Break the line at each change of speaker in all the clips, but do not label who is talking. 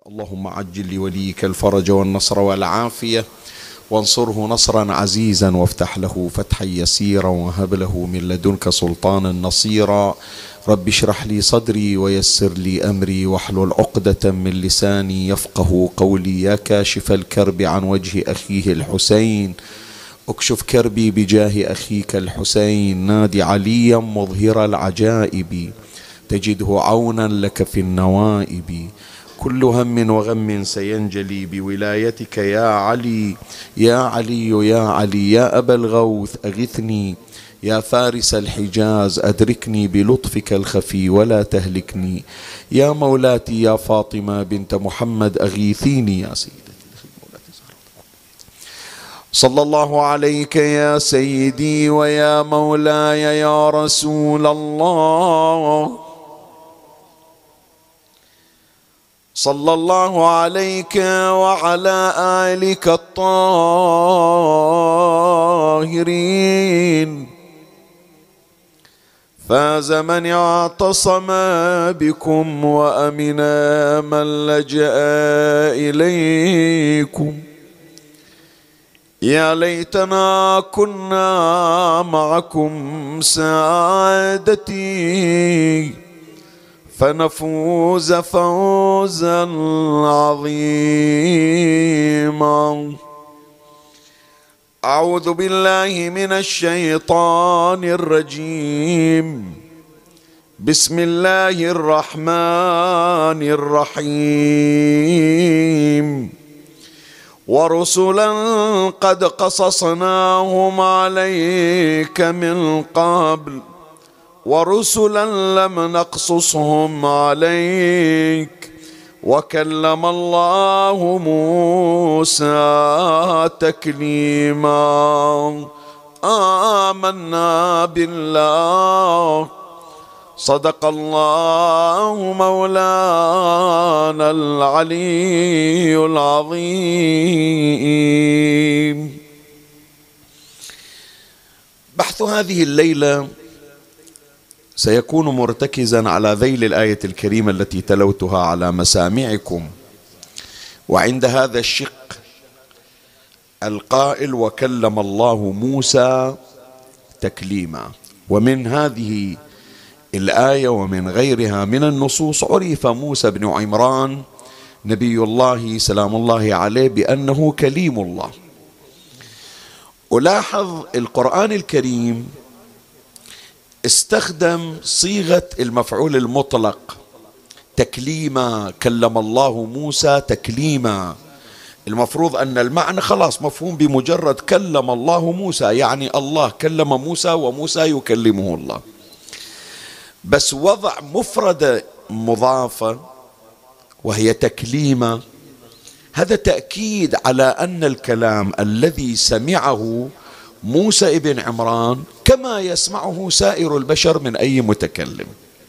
اللهم عجل لوليك الفرج والنصر والعافية، وانصره نصرا عزيزا، وافتح له فتحا يسيرا، وهب له من لدنك سلطانا نصيرا. رب اشرح لي صدري ويسر لي أمري، واحلل عقدة من لساني يفقه قولي. يا كاشف الكرب عن وجه أخيه الحسين، اكشف كربي بجاه أخيك الحسين. نادي عليا مظهر العجائب، تجده عونا لك في النوائب. كل هم وغم سينجلي بولايتك يا علي. يا علي يا علي يا أبا الغوث أغثني، يا فارس الحجاز أدركني بلطفك الخفي ولا تهلكني. يا مولاتي يا فاطمة بنت محمد أغيثيني يا سيدتي. صلى الله عليك يا سيدي ويا مولاي يا رسول الله. صلى الله عليك وعلى آلك الطاهرين. فاز من اعتصم بكم، وأمن من لجأ إليكم. يا ليتنا كنا معكم سعادتي، فنفوز فوزا عظيما. أعوذ بالله من الشيطان الرجيم. بسم الله الرحمن الرحيم. ورسلا قد قصصناهم عليك من قبل، ورسلا لم نقصصهم عليك، وكلم الله موسى تكليما. آمنا بالله، صدق الله مولانا العلي العظيم. بحث هذه الليلة سيكون مرتكزا على ذيل الآية الكريمة التي تلوتها على مسامعكم. وعند هذا الشق القائل وكلم الله موسى تكليما. ومن هذه الآية ومن غيرها من النصوص عرف موسى بن عمران نبي الله سلام الله عليه بأنه كليم الله. ألاحظ القرآن الكريم استخدم صيغة المفعول المطلق تكليما. كلم الله موسى تكليما. المفروض أن المعنى خلاص مفهوم بمجرد كلم الله موسى، يعني الله كلم موسى وموسى يكلمه الله. بس وضع مفردة مضافة وهي تكليما، هذا تأكيد على أن الكلام الذي سمعه موسى ابن عمران كما يسمعه سائر البشر من أي متكلم،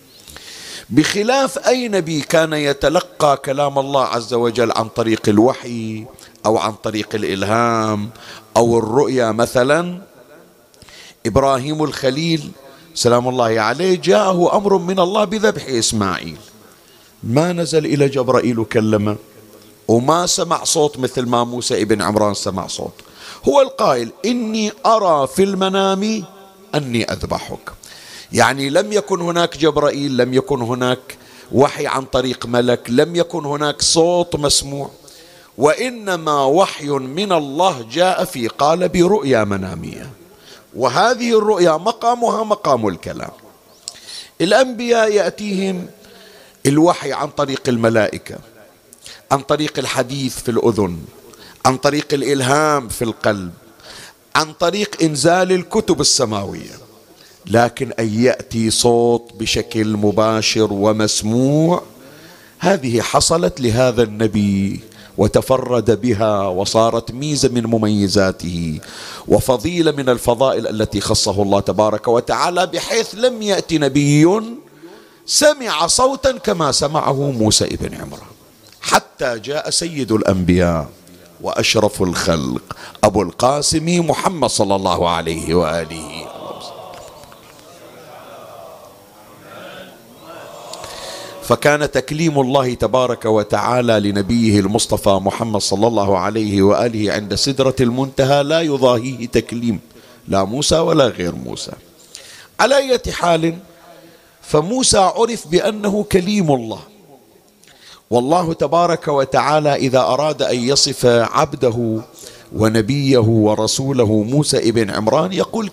بخلاف أي نبي كان يتلقى كلام الله عز وجل عن طريق الوحي أو عن طريق الإلهام أو الرؤيا. مثلا إبراهيم الخليل سلام الله عليه جاءه أمر من الله بذبح إسماعيل، ما نزل إلى جبرائيل كلمه، وما سمع صوت مثل ما موسى ابن عمران سمع صوت. هو القائل إني أرى في المنام أني أذبحك، يعني لم يكن هناك جبرائيل، لم يكن هناك وحي عن طريق ملك، لم يكن هناك صوت مسموع، وإنما وحي من الله جاء في قالب رؤيا منامية، وهذه الرؤيا مقامها مقام الكلام. الأنبياء يأتيهم الوحي عن طريق الملائكة، عن طريق الحديث في الأذن، عن طريق الإلهام في القلب، عن طريق إنزال الكتب السماوية. لكن أن يأتي صوت بشكل مباشر ومسموع، هذه حصلت لهذا النبي وتفرد بها، وصارت ميزة من مميزاته وفضيلة من الفضائل التي خصه الله تبارك وتعالى، بحيث لم يأتي نبي سمع صوتا كما سمعه موسى ابن عمران، حتى جاء سيد الأنبياء وأشرف الخلق أبو القاسم محمد صلى الله عليه وآله. فكان تكليم الله تبارك وتعالى لنبيه المصطفى محمد صلى الله عليه وآله عند سدرة المنتهى لا يضاهيه تكليم لا موسى ولا غير موسى. على أي حال، فموسى عرف بأنه كليم الله، والله تبارك وتعالى إذا أراد أن يصف عبده ونبيه ورسوله موسى ابن عمران يقول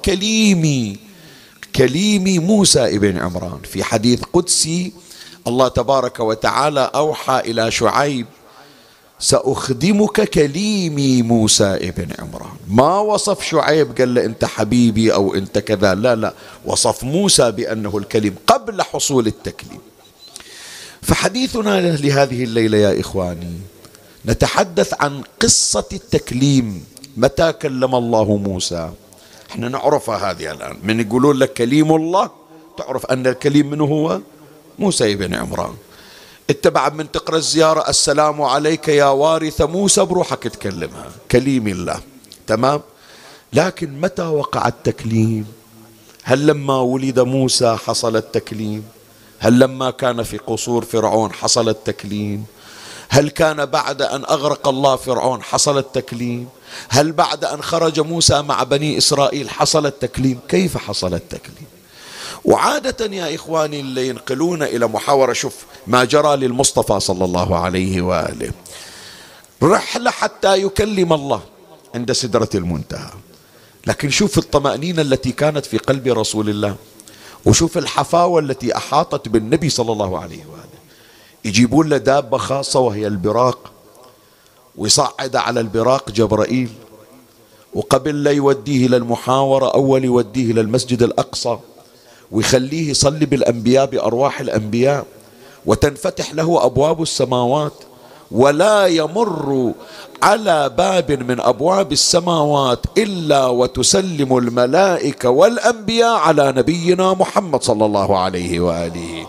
كليمي موسى ابن عمران. في حديث قدسي الله تبارك وتعالى أوحى إلى شعيب سأخدمك كليمي موسى ابن عمران. ما وصف شعيب قال له أنت حبيبي أو أنت كذا، لا، وصف موسى بأنه الكليم قبل حصول التكليم. فحديثنا لهذه الليلة يا إخواني نتحدث عن قصة التكليم. متى كلم الله موسى؟ احنا نعرفها هذه الآن، من يقولون لك كليم الله تعرف أن الكليم منه هو موسى ابن عمران. انت بعد من تقرأ الزيارة السلام عليك يا وارث موسى بروحك تكلمها كليم الله، تمام. لكن متى وقع التكليم؟ هل لما ولد موسى حصل التكليم؟ هل لما كان في قصور فرعون حصل التكليم؟ هل كان بعد أن أغرق الله فرعون حصل التكليم؟ هل بعد أن خرج موسى مع بني إسرائيل حصل التكليم؟ كيف حصل التكليم؟ وعادة يا إخواني اللي ينقلون إلى محاورة، شوف ما جرى للمصطفى صلى الله عليه وآله، رحلة حتى يكلم الله عند سدرة المنتهى، لكن شوف الطمأنينة التي كانت في قلب رسول الله، وشوف الحفاوة التي أحاطت بالنبي صلى الله عليه وآله. يجيبون له دابة خاصة وهي البراق، ويصعد على البراق جبرائيل، وقبل لا يوديه للمحاورة أول يوديه للمسجد الأقصى ويخليه يصلي بالأنبياء بأرواح الأنبياء، وتنفتح له أبواب السماوات، ولا يمر على باب من أبواب السماوات إلا وتسلم الملائكة والأنبياء على نبينا محمد صلى الله عليه وآله.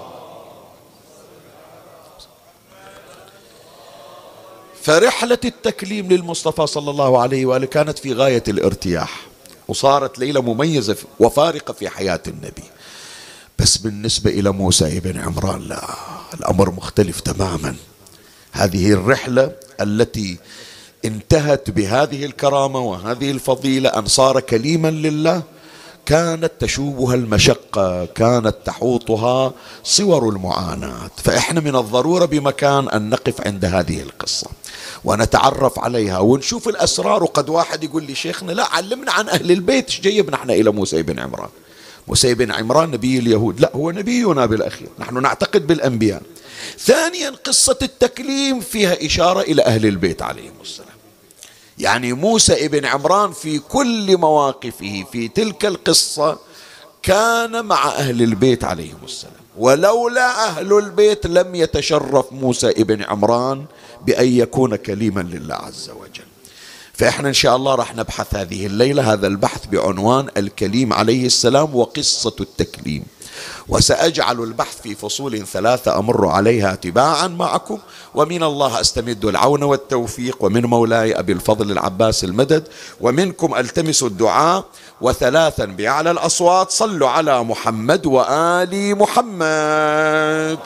فرحلة التكليم للمصطفى صلى الله عليه وآله كانت في غاية الارتياح، وصارت ليلة مميزة وفارقة في حياة النبي. بس بالنسبة إلى موسى ابن عمران لا، الأمر مختلف تماما. هذه الرحلة التي انتهت بهذه الكرامة وهذه الفضيلة أن صار كليما لله كانت تشوبها المشقة، كانت تحوطها صور المعاناة. فإحنا من الضرورة بمكان أن نقف عند هذه القصة ونتعرف عليها ونشوف الأسرار. وقد واحد يقول لي شيخنا لا علمنا عن أهل البيت، ايش جيبنا احنا إلى موسى بن عمران؟ موسى بن عمران نبي اليهود؟ لا، هو نبينا بالأخير، نحن نعتقد بالأنبياء. ثانيا قصة التكليم فيها إشارة إلى أهل البيت عليهم السلام، يعني موسى ابن عمران في كل مواقفه في تلك القصة كان مع أهل البيت عليهم السلام، ولولا أهل البيت لم يتشرف موسى ابن عمران بأن يكون كليما لله عز وجل. فإحنا إن شاء الله راح نبحث هذه الليلة هذا البحث بعنوان الكليم عليه السلام وقصة التكليم، وسأجعل البحث في فصول 3 أمر عليها تباعا معكم، ومن الله أستمد العون والتوفيق، ومن مولاي أبي الفضل العباس المدد، ومنكم ألتمس الدعاء. وثلاثا بأعلى الأصوات صلوا على محمد وآل محمد.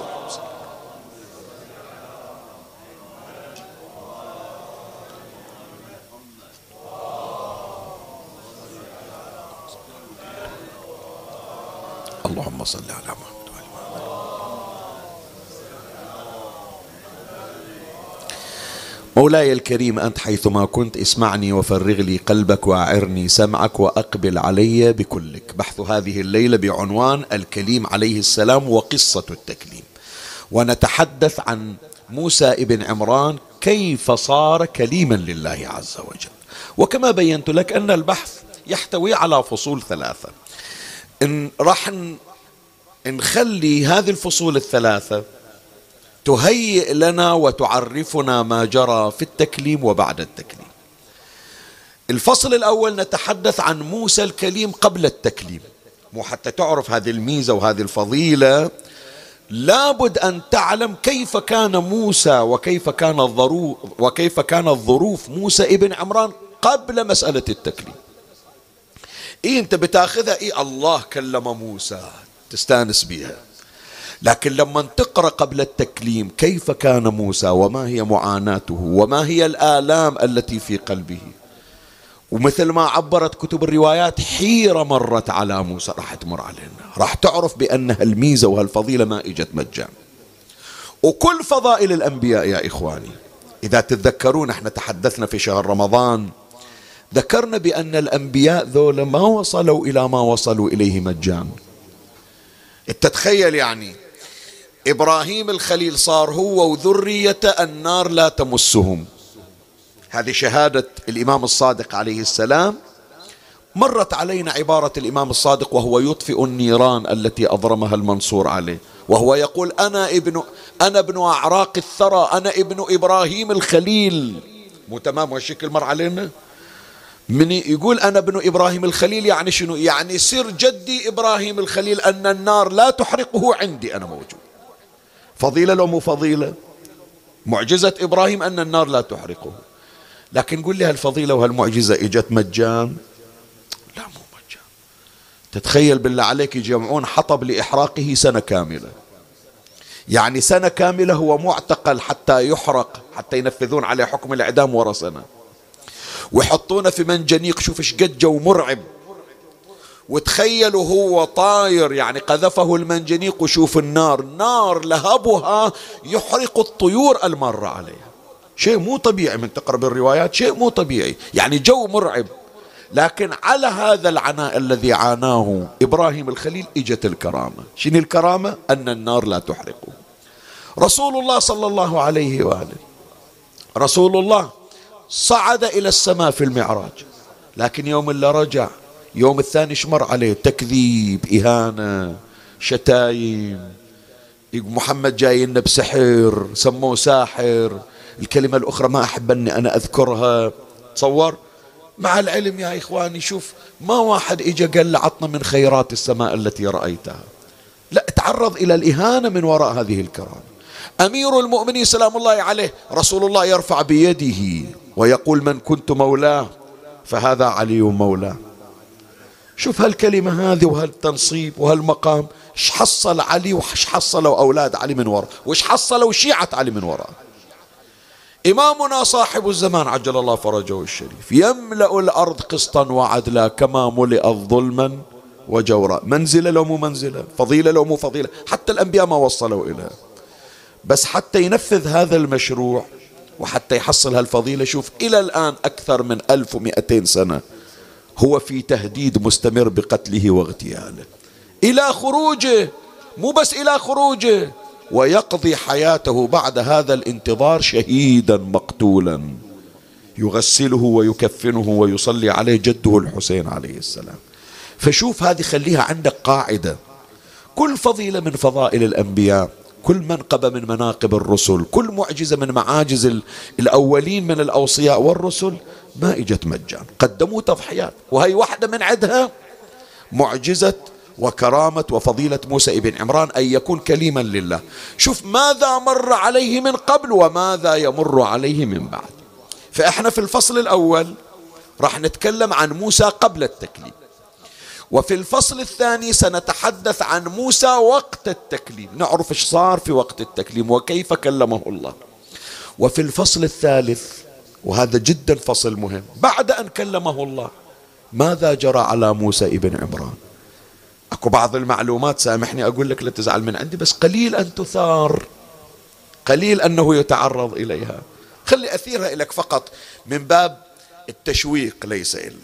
اللهم صل على محمد وآل محمد. مولاي الكريم أنت حيثما كنت اسمعني وفرغ لي قلبك وأعرني سمعك وأقبل علي بكلك. بحث هذه الليلة بعنوان الكليم عليه السلام وقصة التكليم، ونتحدث عن موسى ابن عمران كيف صار كليما لله عز وجل. وكما بينت لك أن البحث يحتوي على فصول 3، راح نخلي هذه الفصول 3 تهيئ لنا وتعرفنا ما جرى في التكليم وبعد التكليم. الفصل الأول نتحدث عن موسى الكليم قبل التكليم، مو حتى تعرف هذه الميزة وهذه الفضيلة لابد أن تعلم كيف كان موسى وكيف كانت ظروف موسى ابن عمران قبل مسألة التكليم. أنت بتاخذها الله كلم موسى تستانس بها، لكن لما تقرأ قبل التكليم كيف كان موسى وما هي معاناته وما هي الآلام التي في قلبه، ومثل ما عبرت كتب الروايات حيرة مرت على موسى، راح تمر علينا، راح تعرف بأن هالميزة وهالفضيلة ما إجت مجان. وكل فضائل الأنبياء يا إخواني، إذا تتذكرون احنا تحدثنا في شهر رمضان ذكرنا بأن الأنبياء ذولا ما وصلوا إلى ما وصلوا إليه مجان. تتخيل يعني إبراهيم الخليل صار هو وذريته النار لا تمسهم، هذه شهادة الإمام الصادق عليه السلام. مرت علينا عبارة الإمام الصادق وهو يطفئ النيران التي أضرمها المنصور عليه، وهو يقول أنا ابن أعراق الثرى، أنا ابن إبراهيم الخليل. مو تمام والشكل مر علينا؟ من يقول أنا ابن إبراهيم الخليل يعني شنو؟ يعني سر جدي إبراهيم الخليل أن النار لا تحرقه عندي أنا موجود. فضيلة لو مو فضيلة؟ معجزة إبراهيم أن النار لا تحرقه. لكن قل لي هالفضيلة وهالمعجزة إجت مجان؟ لا مو مجان. تتخيل بالله عليك يجمعون حطب لإحراقه سنة كاملة، يعني سنة كاملة هو معتقل حتى يحرق، حتى ينفذون عليه حكم الإعدام ورا سنة، ويحطونه في منجنيق. شوف ايش قد جو مرعب. وتخيلوا هو طاير يعني قذفه المنجنيق وشوف النار، نار لهبها يحرق الطيور المارة عليها. شيء مو طبيعي، من تقرب الروايات شيء مو طبيعي، يعني جو مرعب. لكن على هذا العناء الذي عاناه إبراهيم الخليل إجت الكرامة. شنو الكرامة؟ أن النار لا تحرقه. رسول الله صلى الله عليه وآله، رسول الله صعد إلى السماء في المعراج، لكن يوم اللي رجع يوم الثاني شمر عليه تكذيب، إهانة، شتايم. محمد جاي لنا بسحر، سموه ساحر. الكلمة الأخرى ما أحب أني أنا أذكرها. تصور مع العلم يا إخواني، شوف ما واحد إجا قال عطنا من خيرات السماء التي رأيتها، لا، تعرض إلى الإهانة من وراء هذه الكرامة. أمير المؤمنين سلام الله عليه رسول الله يرفع بيده ويقول من كنت مولاه فهذا علي مولاه. شوف هالكلمة هذه وهالتنصيب وهالمقام، ايش حصل علي وايش حصلوا أولاد علي من وراء، وايش حصلوا شيعة علي من وراء. إمامنا صاحب الزمان عجل الله فرجه الشريف يملأ الأرض قسطا وعدلا كما ملئت ظلما وجورا. منزلة لو مو منزلة، فضيلة لو مو فضيلة، حتى الأنبياء ما وصلوا إليها. بس حتى ينفذ هذا المشروع وحتى يحصل هالفضيلة، شوف إلى الآن أكثر من 1200 سنة هو في تهديد مستمر بقتله واغتياله إلى خروجه، مو بس إلى خروجه، ويقضي حياته بعد هذا الانتظار شهيدا مقتولا يغسله ويكفنه ويصلي عليه جده الحسين عليه السلام. فشوف هذه خليها عندك قاعدة، كل فضيلة من فضائل الأنبياء، كل منقبة من مناقب الرسل، كل معجزة من معاجز الأولين من الأوصياء والرسل ما إجت مجان، قدموا تضحيات. وهي واحدة من عدها معجزة وكرامة وفضيلة موسى ابن عمران أن يكون كليما لله. شوف ماذا مر عليه من قبل وماذا يمر عليه من بعد. فإحنا في الفصل الأول راح نتكلم عن موسى قبل التكليم، وفي الفصل الثاني سنتحدث عن موسى وقت التكليم، نعرف ايش صار في وقت التكليم وكيف كلمه الله. وفي الفصل الثالث، وهذا جدا فصل مهم، بعد أن كلمه الله ماذا جرى على موسى ابن عمران. أكو بعض المعلومات سامحني أقول لك لا تزعل من عندي، بس قليل أن تثار، قليل أنه يتعرض إليها، خلي أثيرها لك فقط من باب التشويق ليس إلا.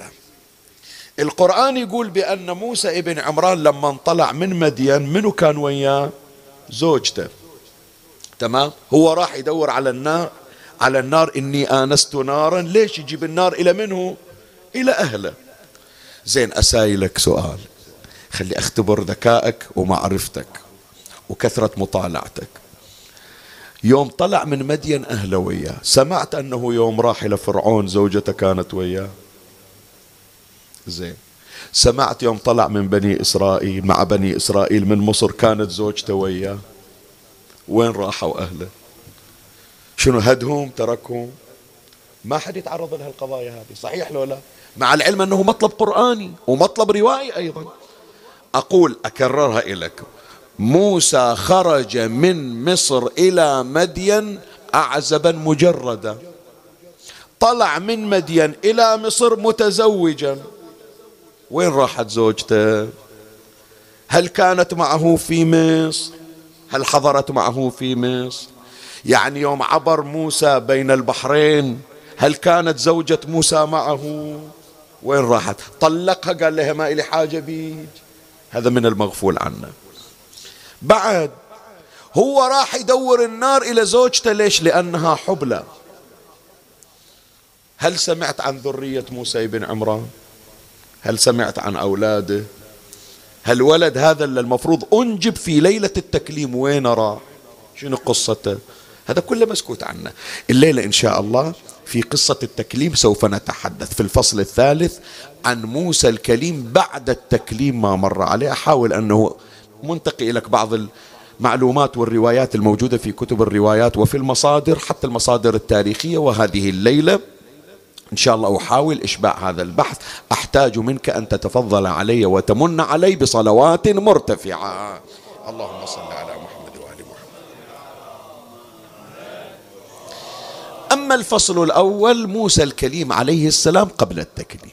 القرآن يقول بأن موسى ابن عمران لما انطلع من مدين منو كان وياه؟ زوجته، تمام؟ هو راح يدور على النار، إني آنست نارا. ليش يجيب النار إلى منه؟ إلى أهله. زين أسايلك سؤال، خلي أختبر ذكائك ومعرفتك وكثرة مطالعتك. يوم طلع من مدين أهله وياه، سمعت أنه يوم راح إلى فرعون زوجته كانت وياه؟ زين، سمعت يوم طلع من بني إسرائيل مع بني إسرائيل من مصر كانت زوجته وياه؟ وين راحوا أهله؟ شنو هدهم تركهم؟ ما حد يتعرض لها القضايا هذه، صحيح لو لا؟ مع العلم أنه مطلب قرآني ومطلب روائي أيضا. أقول أكررها لك، موسى خرج من مصر إلى مدين أعزبا مجردا، طلع من مدين إلى مصر متزوجا. وين راحت زوجته؟ هل كانت معه في مصر؟ هل حضرت معه في مصر؟ يعني يوم عبر موسى بين البحرين هل كانت زوجة موسى معه؟ وين راحت؟ طلقها قال لها ما إلي حاجة بيك. هذا من المغفول عنه. بعد هو راح يدور النار إلى زوجته. ليش؟ لأنها حبلى. هل سمعت عن ذرية موسى بن عمران؟ هل سمعت عن أولاده؟ هل ولد هذا اللي المفروض أنجب في ليلة التكليم وين راح؟ شنو قصته؟ هذا كله مسكوت عنه. الليلة إن شاء الله في قصة التكليم سوف نتحدث في الفصل الثالث عن موسى الكليم بعد التكليم ما مر عليه. أحاول أنه منتقي لك بعض المعلومات والروايات الموجودة في كتب الروايات وفي المصادر حتى المصادر التاريخية. وهذه الليلة إن شاء الله أحاول إشباع هذا البحث. أحتاج منك أن تتفضل علي وتمن علي بصلوات مرتفعة. اللهم صل على محمد وآل محمد. أما الفصل الأول موسى الكليم عليه السلام قبل التكليم،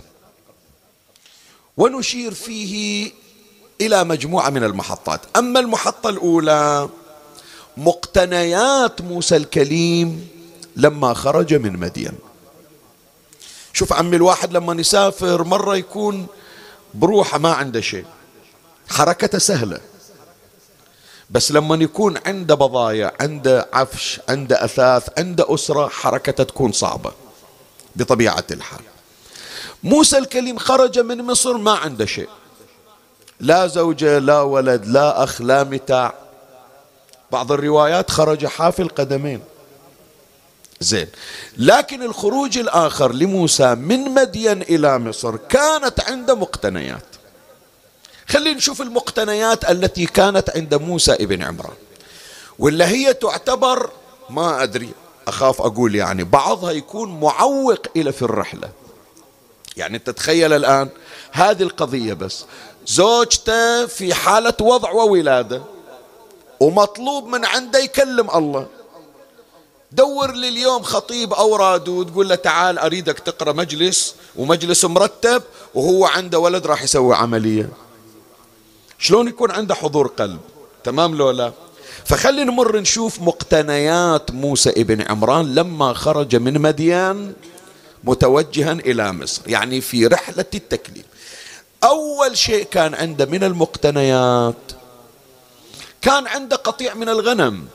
ونشير فيه إلى مجموعة من المحطات. أما المحطة الأولى مقتنيات موسى الكليم لما خرج من مدين. شوف عمي، الواحد لما يسافر مرة يكون بروحه ما عنده شيء، حركته سهلة، بس لما يكون عنده بضايع، عنده عفش، عنده أثاث، عنده أسرة، حركته تكون صعبة بطبيعة الحال. موسى الكليم خرج من مصر ما عنده شيء، لا زوجة لا ولد لا أخ لا متاع. بعض الروايات خرج حافي القدمين. زين، لكن الخروج الآخر لموسى من مدين إلى مصر كانت عنده مقتنيات. خلينا نشوف المقتنيات التي كانت عند موسى ابن عمران، واللي هي تعتبر، ما أدري، أخاف أقول يعني بعضها يكون معوق إلى في الرحلة. يعني تتخيل الآن هذه القضية، بس زوجته في حالة وضع وولادة ومطلوب من عنده يكلم الله. دور لي اليوم خطيب أو رادود تقول له تعال أريدك تقرأ مجلس ومجلس مرتب وهو عنده ولد راح يسوي عملية، شلون يكون عنده حضور قلب؟ تمام لو لا؟ فخلينا نمر نشوف مقتنيات موسى ابن عمران لما خرج من مدين متوجها إلى مصر، يعني في رحلة التكليم. أول شيء كان عنده من المقتنيات كان عنده قطيع من الغنم.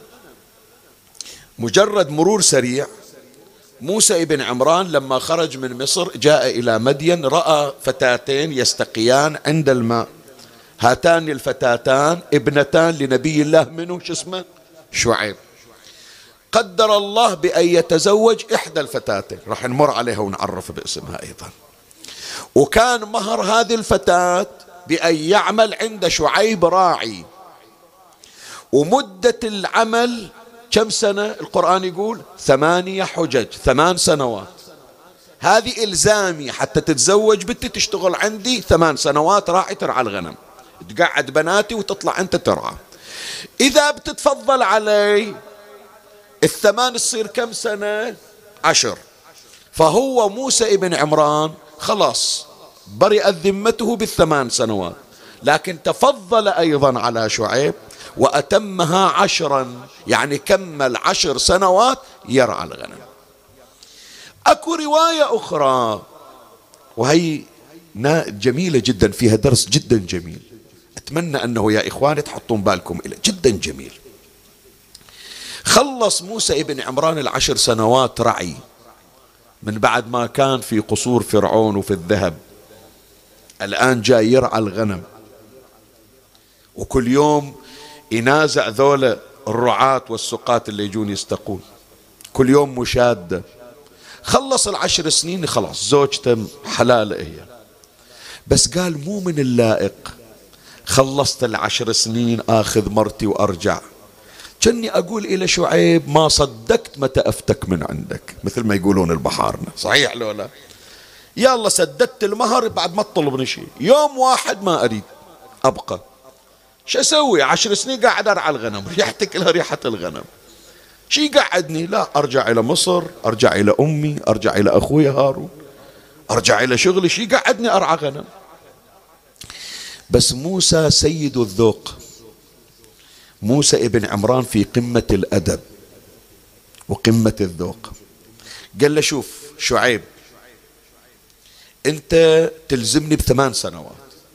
مجرد مرور سريع، موسى ابن عمران لما خرج من مصر جاء إلى مدين، رأى فتاتين يستقيان عند الماء. هاتان الفتاتان ابنتان لنبي الله منه شو اسمه شعيب. قدر الله بأن يتزوج إحدى الفتاتين، راح نمر عليها ونعرف باسمها أيضا. وكان مهر هذه الفتاة بأن يعمل عند شعيب راعي، ومدة العمل كم سنة؟ القرآن يقول 8 حجج، 8 سنوات. هذه إلزامي حتى تتزوج بنتي تشتغل عندي 8 سنوات راعي ترعى الغنم، تقعد بناتي وتطلع أنت ترعى. إذا بتتفضل علي 8 تصير كم سنة؟ 10. فهو موسى ابن عمران خلاص برئت ذمته ب8 سنوات، لكن تفضل أيضا على شعيب وأتمها 10، يعني كمل 10 سنوات يرعى الغنم. أكو رواية أخرى وهي جميلة جدا، فيها درس جدا جميل، أتمنى أنه يا إخواني تحطون بالكم إليه، جدا جميل. خلص موسى ابن عمران 10 سنوات رعي من بعد ما كان في قصور فرعون وفي الذهب، الآن جاي يرعى الغنم، وكل يوم ينازع ذولا الرعاة والسقاة اللي يجون يستقون، كل يوم مشادة. خلص 10 سنين، خلاص زوجته حلال هي، بس قال مو من اللائق خلصت 10 سنين آخذ مرتي وأرجع. كني أقول إلى شعيب ما صدقت متى أفتك من عندك، مثل ما يقولون البحارنا، صحيح لو لا؟ يلا سددت المهر بعد ما تطلبني شيء، يوم واحد ما أريد أبقى. شو أسوي؟ 10 سنين قاعد أرعى الغنم، ريحتي كلها ريحة الغنم. شي قعدني؟ لا، أرجع إلى مصر، أرجع إلى أمي، أرجع إلى أخوي هارون، أرجع إلى شغلي. شي قعدني أرعى غنم؟ بس موسى سيد الذوق، موسى ابن عمران في قمة الأدب وقمة الذوق. قال له شوف شعيب، أنت تلزمني ب8 سنوات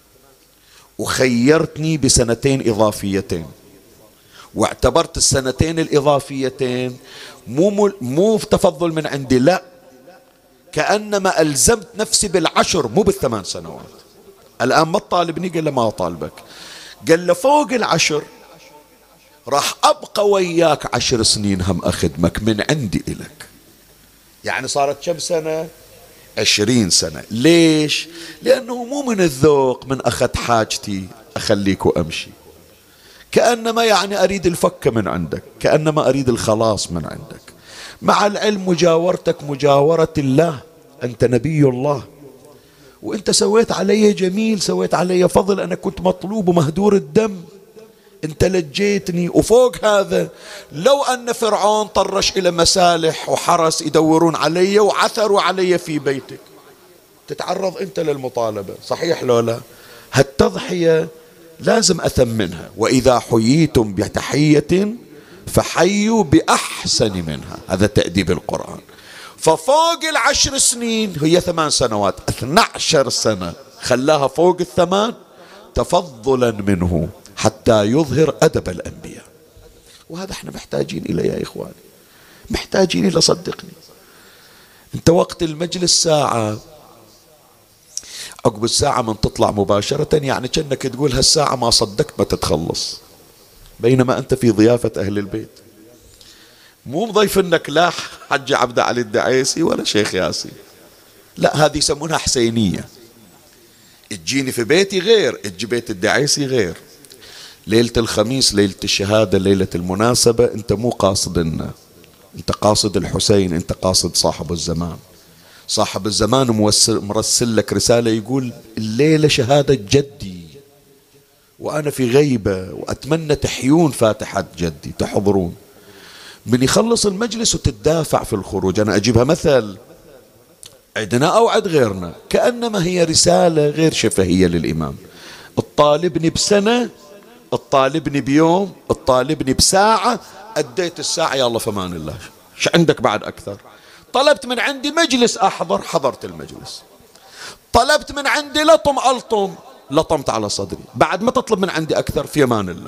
وخيرتني ب2 إضافيتين، واعتبرت السنتين الإضافيتين مو تفضل من عندي، لا، كأنما ألزمت نفسي ب10 مو ب8 سنوات. الآن ما تطالبني؟ قال له ما أطالبك. قال له فوق 10 راح أبقى وياك 10 سنين هم أخدمك من عندي إلك. يعني صارت كم سنة؟ 20 سنة. ليش؟ لأنه مو من الذوق من أخذ حاجتي أخليك وأمشي، كأنما يعني أريد الفك من عندك، كأنما أريد الخلاص من عندك. مع العلم مجاورتك مجاورة الله، أنت نبي الله، وأنت سويت علي جميل، سويت علي فضل، أنا كنت مطلوب ومهدور الدم، أنت لجيتني. وفوق هذا لو أن فرعون طرش إلى مسالح وحرس يدورون علي وعثروا علي في بيتك، تتعرض أنت للمطالبة، صحيح لو لا؟ هالتضحية لازم أثمنها. وإذا حييتم بتحية فحيوا بأحسن منها، هذا تأديب القرآن. ففوق 10 سنين هي 8 سنوات، 12 سنة خلاها فوق 8 تفضلا منه حتى يظهر أدب الأنبياء. وهذا احنا محتاجين إليه يا إخواني، محتاجين إليه، صدقني. انت وقت المجلس ساعة، عقب الساعة من تطلع مباشرة، يعني كأنك تقول هالساعة ما صدقت ما تتخلص، بينما أنت في ضيافة أهل البيت، مو مضيف انك لا حج عبد علي الدعيسي ولا شيخ ياسين، لا، هذه يسمونها حسينية. تجيني في بيتي غير، تجي بيت الدعيسي غير. ليلة الخميس، ليلة الشهادة، ليلة المناسبة، انت مو قاصدنا، انت قاصد الحسين، انت قاصد صاحب الزمان. صاحب الزمان مرسل لك رسالة يقول الليلة شهادة جدي وأنا في غيبة، وأتمنى تحيون فاتحة جدي، تحضرون. من يخلص المجلس وتتدافع في الخروج. أنا أجيبها مثل، عندنا أو عند غيرنا، كأنما هي رسالة غير شفهية للإمام. الطالبني بسنة، الطالبني بيوم، الطالبني بساعة، أديت الساعة، يا الله فمان الله، شو عندك بعد أكثر؟ طلبت من عندي مجلس أحضر، حضرت المجلس. طلبت من عندي لطم ألطم، لطمت على صدري. بعد ما تطلب من عندي أكثر، في أمان الله.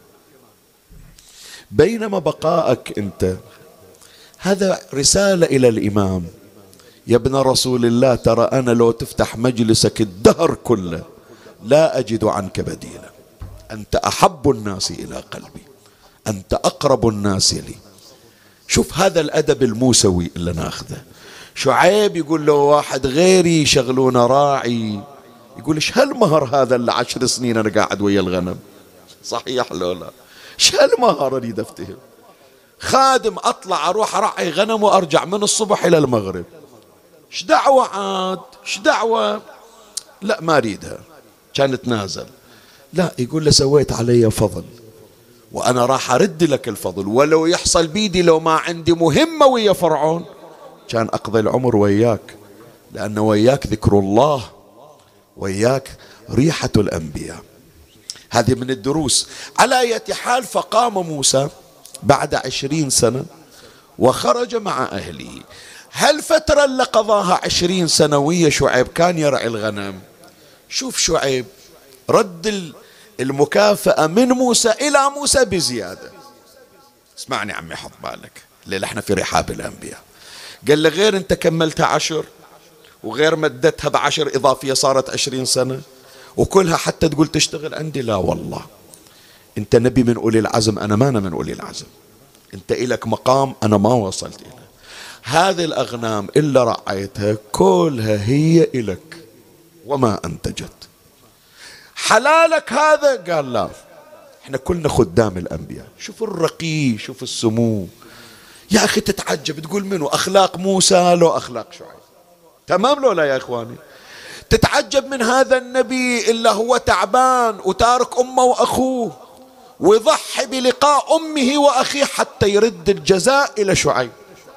بينما بقائك أنت هذا رسالة إلى الإمام، يا ابن رسول الله، ترى أنا لو تفتح مجلسك الدهر كله لا أجد عنك بديلا، أنت أحب الناس إلى قلبي، أنت أقرب الناس لي. شوف هذا الأدب الموسوي اللي ناخذه. شعيب يقول له واحد غيري يشغلونه راعي، يقول ايش هالمهر هذا اللي 10 سنين أنا قاعد ويا الغنم؟ صحيح لو لا؟ ايش هالمهر أريد أفتهم؟ خادم أطلع أروح أرعي غنم وأرجع من الصبح إلى المغرب، ايش دعوة عاد؟ ايش دعوة؟ لا ما أريدها، كان تنازل. لا، يقول له سويت علي فضل وأنا راح أرد لك الفضل، ولو يحصل بيدي لو ما عندي مهمة ويا فرعون كان أقضي العمر وياك، لأن وياك ذكر الله، وياك ريحة الأنبياء. هذه من الدروس. على أي حال، فقام موسى بعد 20 سنة وخرج مع أهله. هالفترة اللي قضاها 20 سنة ويا شعيب كان يرعي الغنم. شوف شعيب رد المكافأة من موسى إلى موسى بزيادة. اسمعني عمي، حط بالك، الليلة احنا في رحاب الأنبياء. قال له غير انت كملتها 10 وغير مدتها ب10 إضافية صارت 20 سنة وكلها حتى تقول تشتغل عندي، لا والله، انت نبي من أولي العزم، أنا ما أنا من أولي العزم، انت إلك مقام أنا ما وصلت إليه. هذه الأغنام إلا رعيتها كلها هي إلك وما أنتجت. حلالك هذا؟ قال لا، احنا كلنا خدام الأنبياء. شوف الرقي، شوف السمو يا أخي، تتعجب تقول منو أخلاق موسى لو أخلاق شعيب؟ تمام لو لا يا إخواني؟ تتعجب من هذا النبي إلا هو تعبان وتارك أمه وأخوه ويضحي بلقاء أمه وأخيه حتى يرد الجزاء إلى شعيب.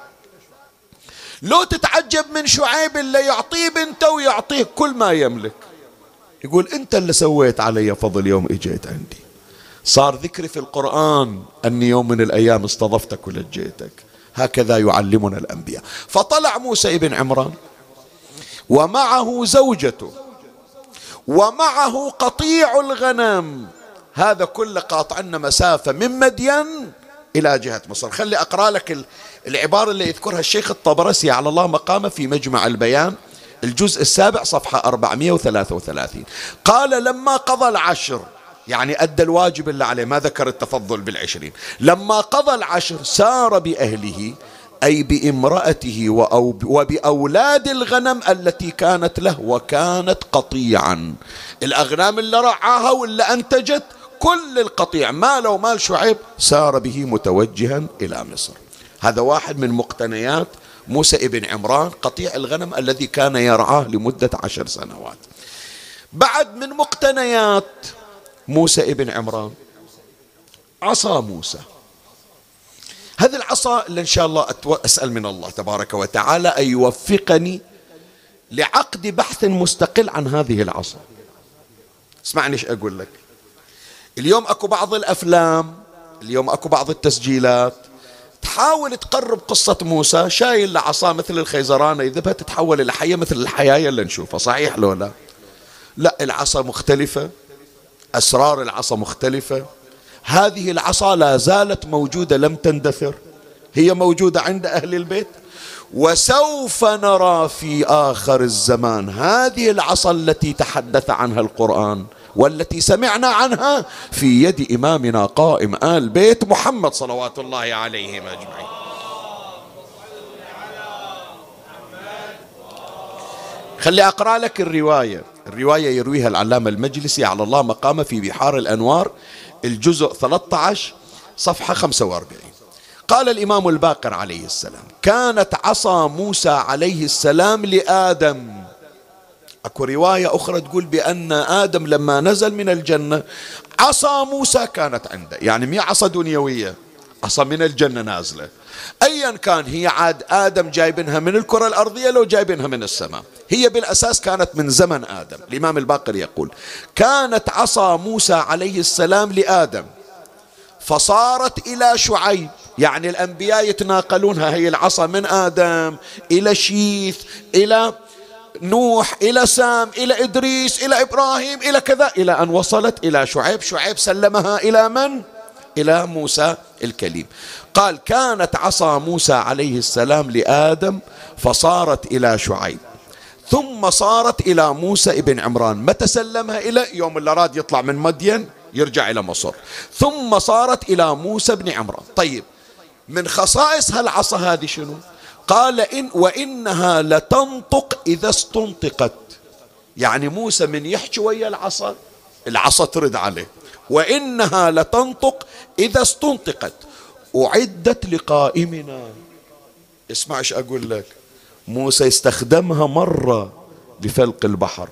لو تتعجب من شعيب اللي يعطيه بنته ويعطيه كل ما يملك، يقول أنت اللي سويت علي فضل يوم إجيت عندي. صار ذكري في القرآن أني يوم من الأيام استضفتك ولجيتك. هكذا يعلمنا الأنبياء. فطلع موسى ابن عمران ومعه زوجته ومعه قطيع الغنم، هذا كله قاطعنا مسافة من مدين إلى جهة مصر. خلي أقرأ لك العبارة اللي يذكرها الشيخ الطبرسي على الله مقامه في مجمع البيان الجزء 7 صفحة 433. قال لما قضى العشر، يعني أدى الواجب اللي عليه، ما ذكر التفضل بالعشرين. لما قضى العشر سار بأهله، أي بامرأته وبأولاد الغنم التي كانت له، وكانت قطيعا. الأغنام اللي رعاها واللي أنتجت كل القطيع ماله ومال شعيب سار به متوجها إلى مصر. هذا واحد من مقتنيات موسى ابن عمران، قطيع الغنم الذي كان يرعاه لمدة 10 سنوات. بعد من مقتنيات موسى ابن عمران عصا موسى. هذه العصا اللي إن شاء الله أسأل من الله تبارك وتعالى أن يوفقني لعقد بحث مستقل عن هذه العصا. اسمعني ايش أقول لك. اليوم أكو بعض الأفلام، اليوم أكو بعض التسجيلات تحاول تقرب قصة موسى شايل لعصا مثل الخيزرانة يذبها تتحول إلى حية مثل الحياية اللي نشوفها. صحيح لو لا؟ لا، العصا مختلفة، أسرار العصا مختلفة. هذه العصا لا زالت موجودة لم تندثر، هي موجودة عند أهل البيت. وسوف نرى في آخر الزمان هذه العصا التي تحدث عنها القرآن والتي سمعنا عنها في يد إمامنا قائم آل بيت محمد صلوات الله عليهم أجمعين. خلي أقرأ لك الرواية يرويها العلامة المجلسي على الله مقامه في بحار الأنوار الجزء 13 صفحة 45. قال الإمام الباقر عليه السلام: كانت عصا موسى عليه السلام لآدم. أكو رواية أخرى تقول بأن آدم لما نزل من الجنة عصا موسى كانت عنده، يعني مي عصا دنيوية، عصا من الجنة نازلة. أيا كان هي عاد آدم جايبينها من الكرة الأرضية لو جايبينها من السماء، هي بالأساس كانت من زمن آدم. الإمام الباقر يقول: كانت عصا موسى عليه السلام لآدم فصارت إلى شعيب، يعني الأنبياء يتناقلونها، هي العصا من آدم إلى شيث إلى نوح إلى سام إلى إدريس إلى إبراهيم إلى كذا، إلى أن وصلت إلى شعيب. شعيب سلمها إلى من؟ إلى موسى الكليم. قال: كانت عصا موسى عليه السلام لآدم فصارت إلى شعيب، ثم صارت إلى موسى ابن عمران. متى سلمها؟ إلى يوم اللي راد يطلع من مدين يرجع إلى مصر. ثم صارت إلى موسى بن عمران. طيب، من خصائص هالعصا هذه شنو؟ قال: وإنها لتنطق إذا استنطقت. يعني موسى من يحكي ويا العصا ترد عليه. وإنها لتنطق إذا استنطقت، أعدت لقائمنا. اسمع ايش أقول لك. موسى يستخدمها مرة لفلق البحر،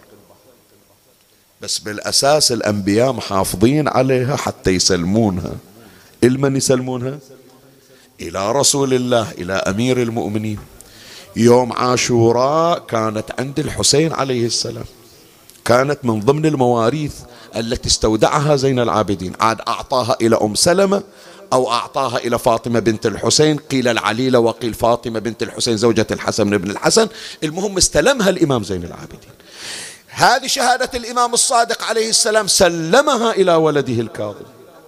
بس بالأساس الأنبياء محافظين عليها حتى يسلمونها. المن يسلمونها؟ إلى رسول الله، إلى أمير المؤمنين. يوم عاشوراء كانت عند الحسين عليه السلام، كانت من ضمن المواريث التي استودعها زين العابدين. عاد أعطاها إلى أم سلمة أو أعطاها إلى فاطمة بنت الحسين، قيل العليلة وقيل فاطمة بنت الحسين زوجة الحسن بن الحسن. المهم استلمها الإمام زين العابدين. هذه شهادة الإمام الصادق عليه السلام، سلمها إلى ولده الكاظم.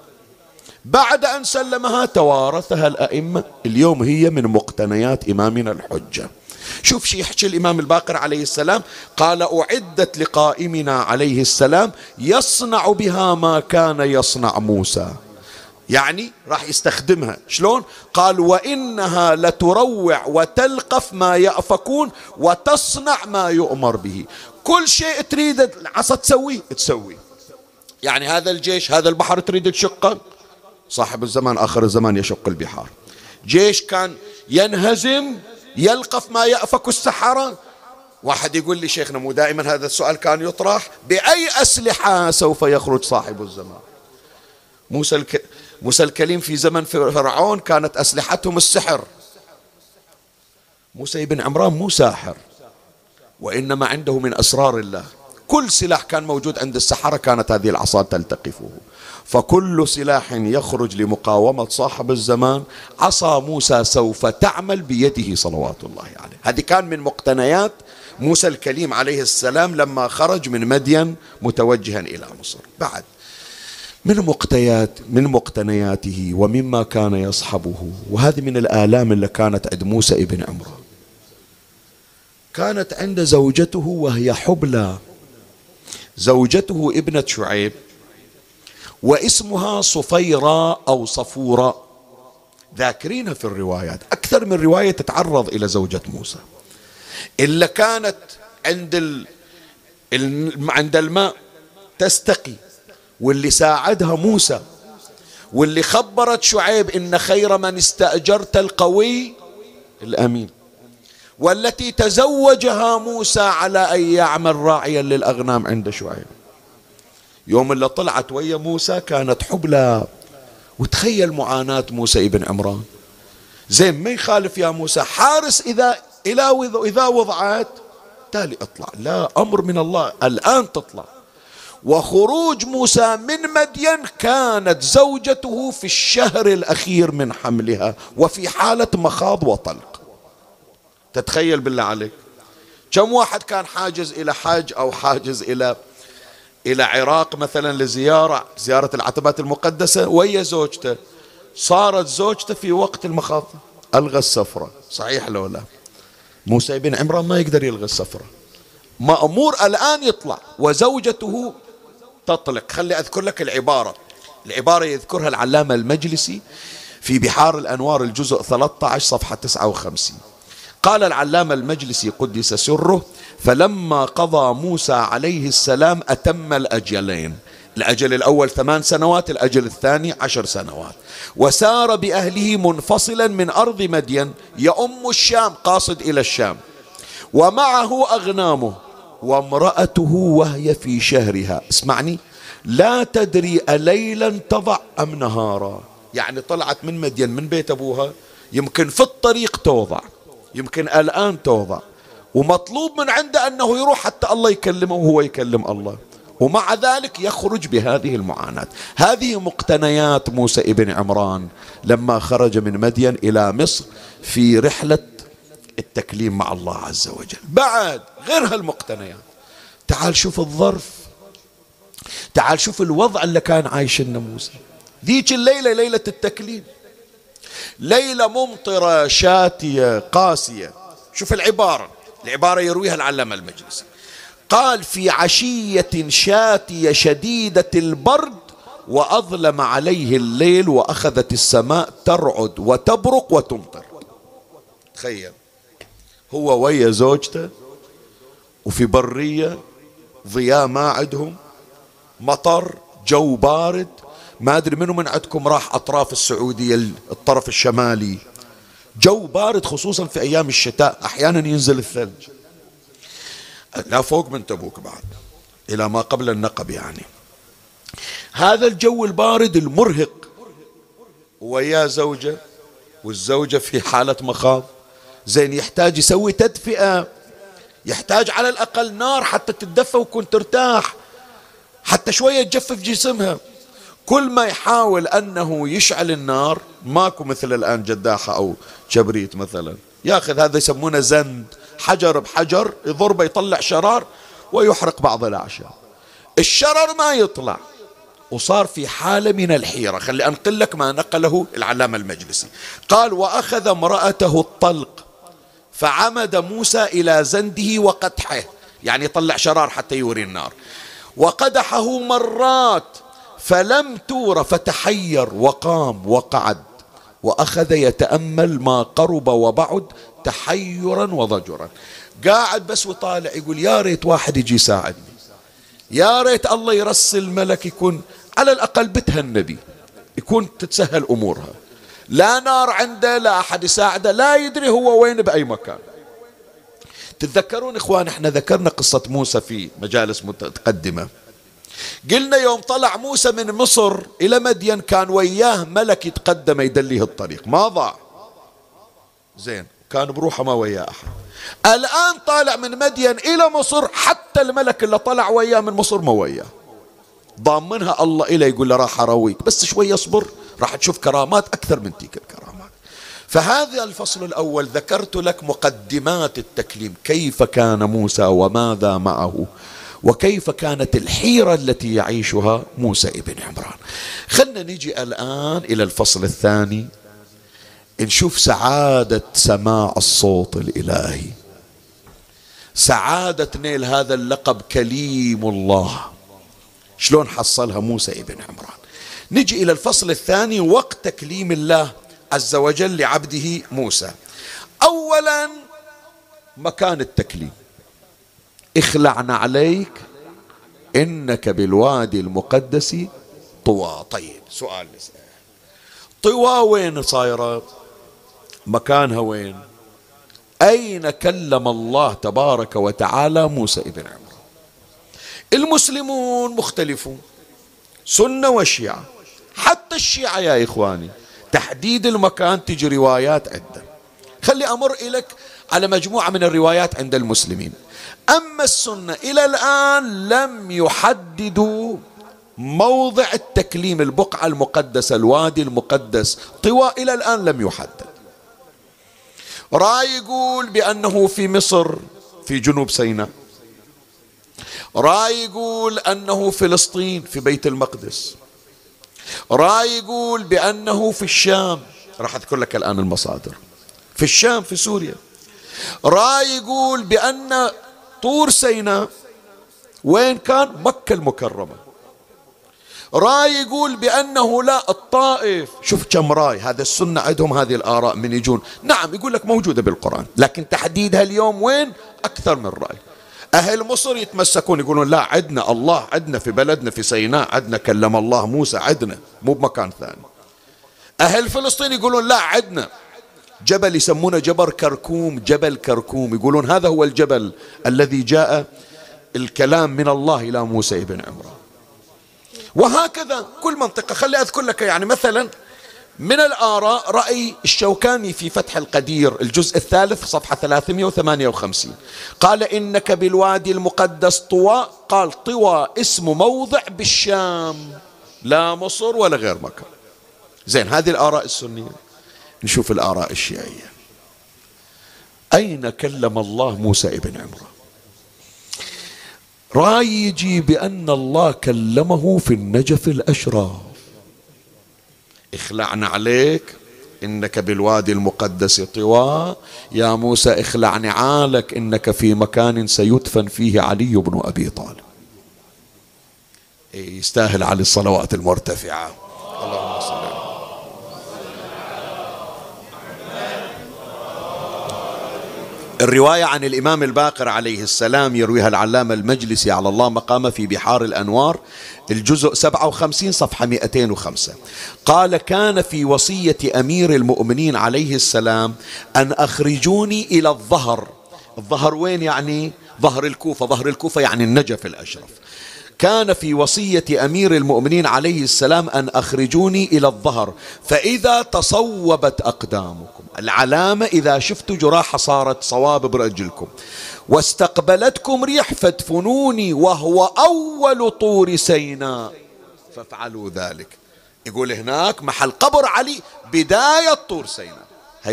بعد أن سلمها توارثها الأئمة. اليوم هي من مقتنيات إمامنا الحجة. شوف شي يحكي الإمام الباقر عليه السلام. قال: أعدت لقائمنا عليه السلام يصنع بها ما كان يصنع موسى. يعني راح يستخدمها شلون؟ قال: وإنها لتروع وتلقف ما يأفكون وتصنع ما يؤمر به. كل شيء تريد العصا تسوي. يعني هذا الجيش، هذا البحر تريد تشقه، صاحب الزمان آخر الزمان يشق البحار. جيش كان ينهزم يلقف ما يأفك السحرة، واحد يقول لي شيخنا مو دائما هذا السؤال كان يطرح، بأي أسلحة سوف يخرج صاحب الزمان؟ موسى الكليم في زمن فرعون كانت أسلحتهم السحر. موسى بن عمران مو ساحر، وإنما عنده من أسرار الله. كل سلاح كان موجود عند السحرة كانت هذه العصا تلتقفه. فكل سلاح يخرج لمقاومة صاحب الزمان عصا موسى سوف تعمل بيده صلوات الله عليه. هذه كان من مقتنيات موسى الكليم عليه السلام لما خرج من مدين متوجها إلى مصر. بعد من مقتنياته ومما كان يصحبه، وهذه من الآلام اللي كانت عند موسى ابن عمران، كانت عند زوجته وهي حبلى، زوجته ابنة شعيب واسمها صفيرة أو صفورة، ذاكرينها في الروايات، أكثر من رواية تتعرض إلى زوجة موسى، إلا كانت عند الماء تستقي، واللي ساعدها موسى، واللي خبرت شعيب إن خير من استأجرت القوي الأمين، والتي تزوجها موسى على أن يعمل راعيا للأغنام عند شعيب. يوم اللي طلعت ويا موسى كانت حبلى، وتخيل معاناة موسى ابن عمران. زين ما يخالف يا موسى، حارس إذا وضعت تالي اطلع، لا أمر من الله الآن تطلع. وخروج موسى من مدين كانت زوجته في الشهر الأخير من حملها وفي حالة مخاض وطلق. تتخيل بالله عليك كم واحد كان حاجز إلى حج أو حاجز إلى عراق مثلا زيارة العتبات المقدسة ويا زوجته، صارت زوجته في وقت المخاض ألغى السفرة، صحيح لو لا؟ موسى بن عمران ما يقدر يلغي السفرة، مأمور الآن يطلع وزوجته تطلق. خلي أذكر لك العبارة يذكرها العلامة المجلسي في بحار الأنوار الجزء 13 صفحة 59. قال العلامة المجلسي قدس سره: فلما قضى موسى عليه السلام أتم الأجلين، الأجل الأول 8 سنوات، الأجل الثاني 10 سنوات، وسار بأهله منفصلا من أرض مدين يؤم الشام، قاصد إلى الشام، ومعه أغنامه وامرأته وهي في شهرها. اسمعني، لا تدري أليلا تضع أم نهارا، يعني طلعت من مدين من بيت أبوها، يمكن في الطريق توضع، يمكن الآن توضع، ومطلوب من عنده أنه يروح حتى الله يكلمه وهو يكلم الله، ومع ذلك يخرج بهذه المعاناة. هذه مقتنيات موسى ابن عمران لما خرج من مدين إلى مصر في رحلة التكليم مع الله عز وجل. بعد غير هالمقتنيات، تعال شوف الظرف، تعال شوف الوضع اللي كان عايشنا موسى. ذيك الليلة ليلة التكليم، ليلة ممطرة شاتية قاسية. شوف العبارة يرويها العلامة المجلسي، قال: في عشية شاتية شديدة البرد وأظلم عليه الليل وأخذت السماء ترعد وتبرق وتمطر. تخيل هو ويا زوجته وفي برية، ضياء ما عندهم، مطر، جو بارد. ما أدري منو من عندكم راح أطراف السعودية الطرف الشمالي، جو بارد خصوصا في أيام الشتاء، أحيانا ينزل الثلج، لا فوق من تبوك بعد إلى ما قبل النقب. يعني هذا الجو البارد المرهق، ويا زوجة، والزوجة في حالة مخاض. زين يحتاج يسوي تدفئة، يحتاج على الأقل نار حتى تتدفى وكنت ترتاح، حتى شوية تجفف جسمها. كل ما يحاول أنه يشعل النار، ماكو مثل الآن جداحة أو كبريت مثلا، ياخذ هذا يسمونه زند، حجر بحجر يضربه يطلع شرار ويحرق بعض الأعشاب، الشرر ما يطلع، وصار في حالة من الحيرة. خلي أنقل لك ما نقله العلامة المجلسي، قال: وأخذ امرأته الطلق فعمد موسى إلى زنده وقدحه، يعني يطلع شرار حتى يوري النار، وقدحه مرات فلم تور، فتحير وقام وقعد وأخذ يتأمل ما قرب وبعد تحيرا وضجرا. قاعد بس وطالع يقول: يا ريت واحد يجي يساعدني، يا ريت الله يرسل ملك يكون على الأقل بتها النبي، يكون تتسهل أمورها. لا نار عنده، لا أحد يساعده، لا يدري هو وين بأي مكان. تتذكرون إخوان احنا ذكرنا قصة موسى في مجالس متقدمة، قلنا يوم طلع موسى من مصر إلى مدين كان وياه ملك يتقدم يدليه الطريق، ما ضاع، زين كان بروحه ما وياه أحد. الآن طالع من مدين إلى مصر، حتى الملك اللي طلع وياه من مصر ما وياه، ضامنها الله إليه، يقول له راح أرويك بس شوية اصبر، راح تشوف كرامات أكثر من تلك الكرامات. فهذا الفصل الأول ذكرت لك مقدمات التكليم، كيف كان موسى وماذا معه، وكيف كانت الحيرة التي يعيشها موسى ابن عمران. خلنا نجي الآن إلى الفصل الثاني، نشوف سعادة سماع الصوت الإلهي، سعادة نيل هذا اللقب كليم الله، شلون حصلها موسى ابن عمران. نجي إلى الفصل الثاني، وقت تكليم الله عز وجل لعبده موسى. أولا مكان التكليم، اخلعنا عليك إنك بالوادي المقدس طوى. طيب سؤال نسأل، طوى وين صايرة؟ مكانها وين؟ أين كلم الله تبارك وتعالى موسى ابن عمران؟ المسلمون مختلفون، سنة وشيعة، حتى الشيعة يا إخواني تحديد المكان تجي روايات عدة. خلي أمر إليك على مجموعة من الروايات عند المسلمين. أما السنة إلى الآن لم يحددوا موضع التكليم، البقعة المقدسة، الوادي المقدس طوى، إلى الآن لم يحدد. رأي يقول بأنه في مصر في جنوب سيناء، رأي يقول أنه فلسطين في بيت المقدس، رأي يقول بأنه في الشام، راح أذكر لك الآن المصادر، في الشام في سوريا. رأي يقول بأن طور سيناء وين كان؟ مكة المكرمة. رأي يقول بأنه لا، الطائف. شوف كم رأي، هذا السنة عندهم هذه الآراء من يجون، نعم يقول لك موجودة بالقرآن، لكن تحديدها اليوم وين أكثر من رأي. أهل مصر يتمسكون يقولون لا، عندنا الله، عندنا في بلدنا في سيناء، عندنا كلم الله موسى، عندنا مو بمكان ثاني. أهل فلسطين يقولون لا، عندنا جبل يسمونه جبل كركوم، جبل كركوم، يقولون هذا هو الجبل الذي جاء الكلام من الله إلى موسى ابن عمران. وهكذا كل منطقة. خلي أذكر لك يعني مثلا من الآراء رأي الشوكاني في فتح القدير الجزء الثالث صفحة 358، قال إنك بالوادي المقدس طوى، قال طوى اسم موضع بالشام، لا مصر ولا غير مكان. زين، هذه الآراء السنية. نشوف الآراء الشيعية. أين كلم الله موسى ابن عمران؟ رأي يجي بأن الله كلمه في النجف الأشراف، اخلعنا عليك إنك بالوادي المقدس طوى، يا موسى اخلع نعالك إنك في مكان سيدفن فيه علي بن أبي طالب. يستاهل على الصلوات المرتفعة. اللهم صل على الرواية عن الإمام الباقر عليه السلام يرويها العلامة المجلسي على الله مقامه في بحار الأنوار الجزء 57 صفحة 205، قال كان في وصية أمير المؤمنين عليه السلام أن أخرجوني إلى الظهر. الظهر وين يعني؟ ظهر الكوفة، ظهر الكوفة يعني النجف الأشرف. كان في وصية أمير المؤمنين عليه السلام أن أخرجوني إلى الظهر فإذا تصوبت أقدامكم، العلامة إذا شفتوا جراحة صارت صواب برجلكم، واستقبلتكم ريح فادفنوني وهو أول طور سيناء فافعلوا ذلك. يقول هناك محل قبر علي بداية طور سيناء. هي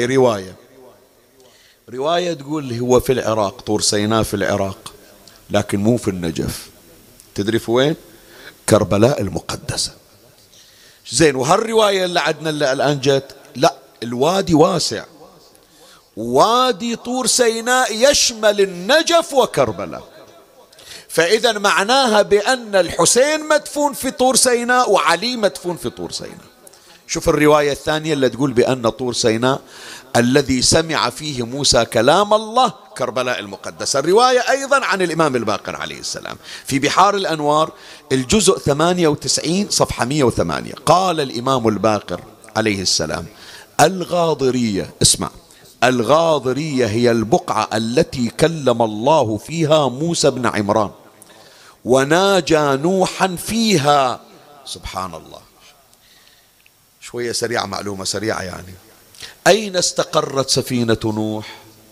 رواية تقول هو في العراق، طور سيناء في العراق، لكن مو في النجف. تدري في وين؟ كربلاء المقدسة. زين، وهالرواية اللي عندنا اللي الآن جت، لا، الوادي واسع، وادي طور سيناء يشمل النجف وكربلاء، فإذا معناها بأن الحسين مدفون في طور سيناء وعلي مدفون في طور سيناء. شوف الرواية الثانية اللي تقول بأن طور سيناء الذي سمع فيه موسى كلام الله كربلاء المقدسة. الرواية أيضا عن الإمام الباقر عليه السلام في بحار الأنوار الجزء 98 صفحة 108، قال الإمام الباقر عليه السلام الغاضرية، اسمع، الغاضرية هي البقعة التي كلم الله فيها موسى بن عمران وناجى نوحا فيها. سبحان الله. شوية سريعة، معلومة سريعة يعني. أين استقرت سفينة نوح؟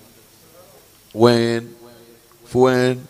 وين؟ في وين؟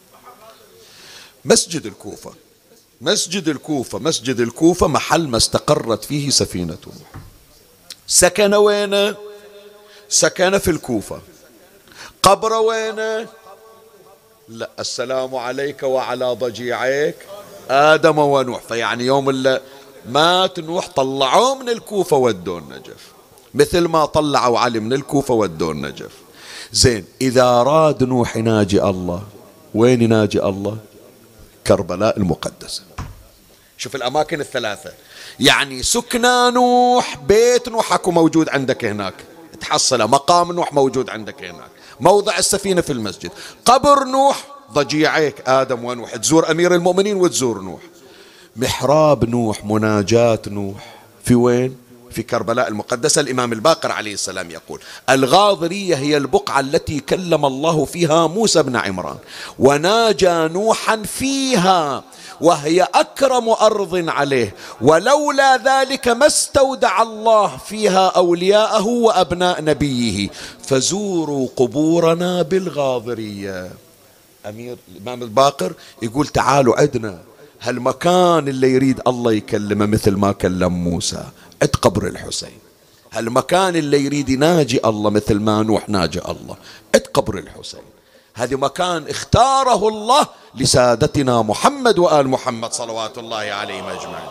مسجد الكوفة. مسجد الكوفة، مسجد الكوفة محل ما استقرت فيه سفينة نوح. سكن وين؟ سكن في الكوفة. قبر وين؟ لا، السلام عليك وعلى ضجيعيك آدم ونوح. فيعني يوم اللي مات نوح طلعوه من الكوفة ودوه النجف، مثل ما طلعوا علي من الكوفة ودوه النجف. زين، إذا أراد نوح يناجي الله، وين يناجي الله؟ كربلاء المقدسة. شوف الأماكن الثلاثة، يعني سكنى نوح، بيت نوح اكو موجود عندك هناك تحصله، مقام نوح موجود عندك هناك، موضع السفينة في المسجد، قبر نوح ضجيعيك آدم ونوح، تزور أمير المؤمنين وتزور نوح، محراب نوح، مناجاة نوح في وين؟ في كربلاء المقدسة. الإمام الباقر عليه السلام يقول: الغاضرية هي البقعة التي كلم الله فيها موسى بن عمران وناجى نوحا فيها، وهي أكرم أرض عليه، ولولا ذلك ما استودع الله فيها أولياءه وأبناء نبيه، فزوروا قبورنا بالغاضرية. أمير الإمام الباقر يقول: تعالوا عدنا هالمكان اللي يريد الله يكلمه مثل ما كلم موسى، عد قبر الحسين. هالمكان اللي يريد يناجي الله مثل ما نوح ناجي الله، عد قبر الحسين. هذا مكان اختاره الله لسادتنا محمد وآل محمد صلوات الله عليهم أجمعين.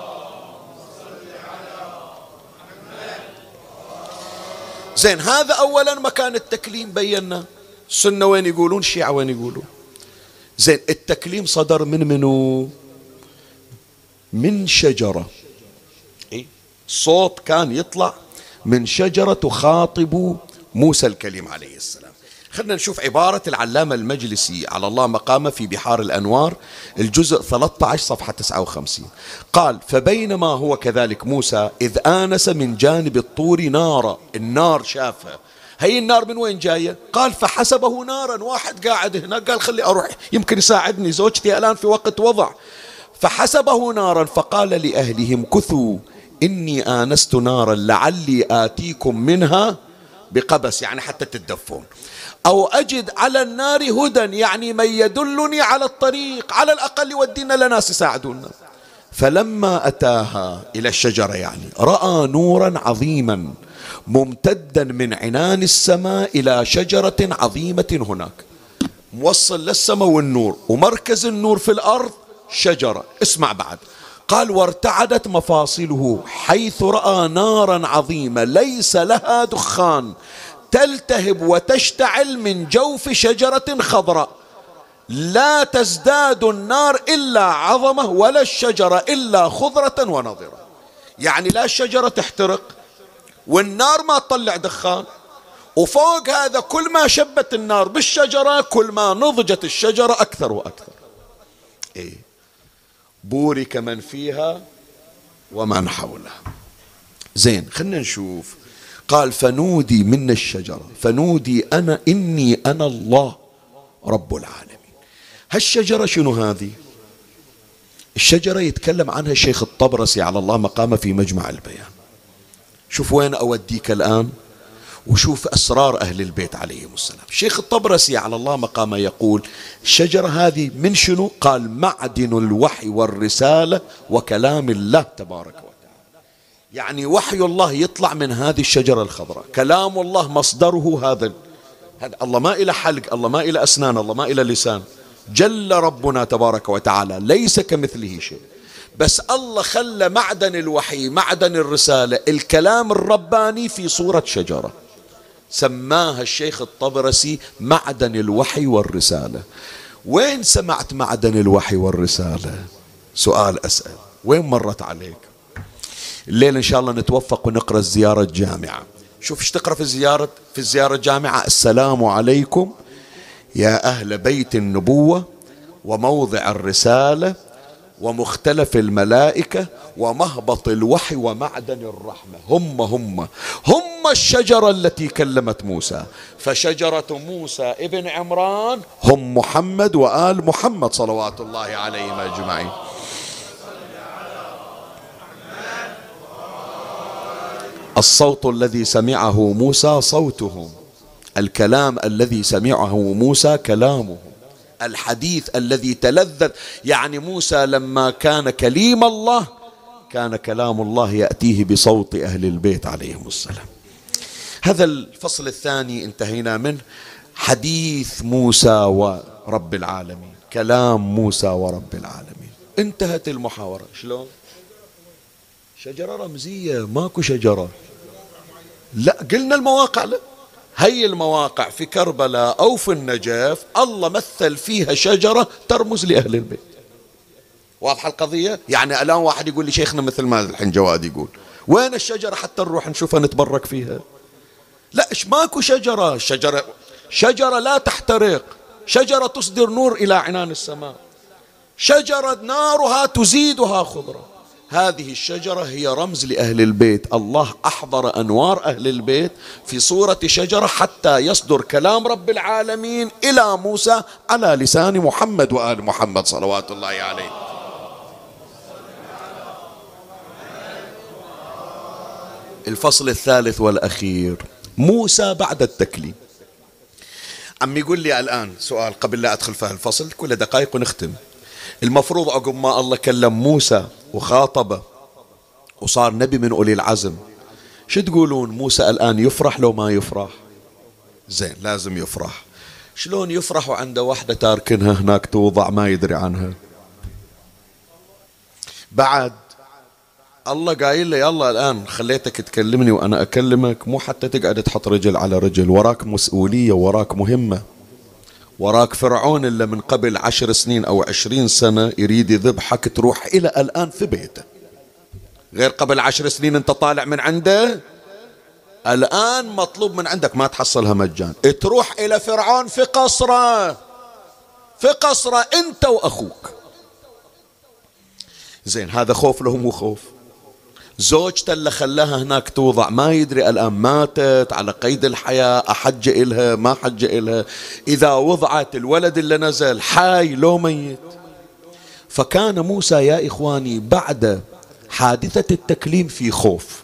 زين، هذا أولا مكان التكليم بينا. السنة وين يقولون؟ الشيعة وين يقولون؟ زين، التكليم صدر من منو؟ من شجرة. صوت كان يطلع من شجرة تخاطب موسى الكليم عليه السلام. خلنا نشوف عبارة العلامة المجلسي على الله مقامه في بحار الأنوار الجزء 13 صفحة 59. قال: فبينما هو كذلك موسى إذ آنس من جانب الطور نارا. النار شافها. هي النار من وين جاية؟ قال: فحسبه نارا. واحد قاعد هنا قال: خلي أروح يمكن يساعدني، زوجتي الآن في وقت وضع. فحسبه نارا فقال لأهلهم: كثوا إني آنست نارا لعلي آتيكم منها بقبس، يعني حتى تتدفون، أو أجد على النار هدى، يعني من يدلني على الطريق، على الأقل يودينا لناس يساعدونا. فلما أتاها إلى الشجرة يعني رأى نورا عظيما ممتدا من عنان السماء إلى شجرة عظيمة هناك، موصل للسماء والنور، ومركز النور في الأرض شجرة. اسمع بعد، قال: وارتعدت مفاصله حيث رأى نارا عظيمة ليس لها دخان تلتهب وتشتعل من جوف شجرة خضراء، لا تزداد النار إلا عظمة ولا الشجرة إلا خضرة ونضرة. يعني لا الشجرة تحترق والنار ما تطلع دخان، وفوق هذا كل ما شبت النار بالشجرة كل ما نضجت الشجرة أكثر وأكثر. بورك من فيها ومن حولها. زين، خلنا نشوف. قال: فنودي من الشجرة، فنودي أنا إني أنا الله رب العالمين. هالشجرة شنو هذه؟ الشجرة يتكلم عنها الشيخ الطبرسي على الله مقامه في مجمع البيان. شوف وين أوديك الآن، وشوف أسرار أهل البيت عليهم السلام. الشيخ الطبرسي على الله مقامه يقول: الشجرة هذه من شنو؟ قال: معدن الوحي والرسالة وكلام الله تبارك وتعالى. يعني وحي الله يطلع من هذه الشجرة الخضراء، كلام الله مصدره هذا الله ما إلى حلق، الله ما إلى أسنان، الله ما إلى لسان، جل ربنا تبارك وتعالى ليس كمثله شيء، بس الله خلى معدن الوحي معدن الرسالة الكلام الرباني في صورة شجرة، سماها الشيخ الطبرسي معدن الوحي والرسالة. وين سمعت معدن الوحي والرسالة؟ سؤال أسأل، وين مرت عليك؟ الليل إن شاء الله نتوفق ونقرأ الزيارة الجامعة. شوف ايش تقرأ في الزيارة الجامعة: السلام عليكم يا أهل بيت النبوة وموضع الرسالة ومختلف الملائكة ومهبط الوحي ومعدن الرحمة، هم الشجرة التي كلمت موسى. فشجرة موسى ابن عمران هم محمد وآل محمد صلوات الله عليهم أجمعين. الصوت الذي سمعه موسى صوتهم، الكلام الذي سمعه موسى كلامه، الحديث الذي تلذذ. يعني موسى لما كان كليم الله كان كلام الله يأتيه بصوت أهل البيت عليهم السلام. هذا الفصل الثاني انتهينا منه، حديث موسى ورب العالمين، كلام موسى ورب العالمين. انتهت المحاورة. شلون؟ شجرة رمزية، ماكو شجرة. لا، قلنا المواقع. لا، هي المواقع في كربلاء أو في النجف الله مثل فيها شجرة ترمز لأهل البيت. واضحة القضية؟ يعني الآن واحد يقول لي شيخنا مثل ما الحين جواد يقول وين الشجرة حتى نروح نشوفها نتبرك فيها؟ لا، ماكو شجرة. شجرة لا تحترق، شجرة تصدر نور إلى عنان السماء، شجرة نارها تزيدها خضرة. هذه الشجرة هي رمز لأهل البيت. الله أحضر أنوار أهل البيت في صورة شجرة حتى يصدر كلام رب العالمين إلى موسى على لسان محمد وآل محمد صلوات الله عليه. الفصل الثالث والأخير، موسى بعد التكليم. عم يقول لي الآن سؤال قبل لا أدخل في الفصل، كل دقائق ونختم. المفروض عقب ما الله كلم موسى وخاطبه وصار نبي من أولي العزم، شو تقولون؟ موسى الآن يفرح لو ما يفرح؟ زين، لازم يفرح. شلون يفرح وعنده واحدة تاركنها هناك توضع ما يدري عنها؟ بعد الله قايل له يلا الآن خليتك تكلمني وأنا أكلمك، مو حتى تقعد تحط رجل على رجل، وراك مسؤولية، وراك مهمة، وراك فرعون اللي من قبل 10 سنين أو 20 سنة يريد يذبحك، تروح إلى الآن في بيته، غير قبل 10 سنين أنت طالع من عنده، الآن مطلوب من عندك ما تحصلها مجان، تروح إلى فرعون في قصره، في قصره أنت وأخوك. زين، هذا خوف له مو خوف؟ زوجته اللي خلاها هناك توضع ما يدري الآن ماتت على قيد الحياة، أحج إلها ما حج إلها، إذا وضعت الولد اللي نزل حي لو ميت. فكان موسى يا إخواني بعد حادثة التكليم في خوف،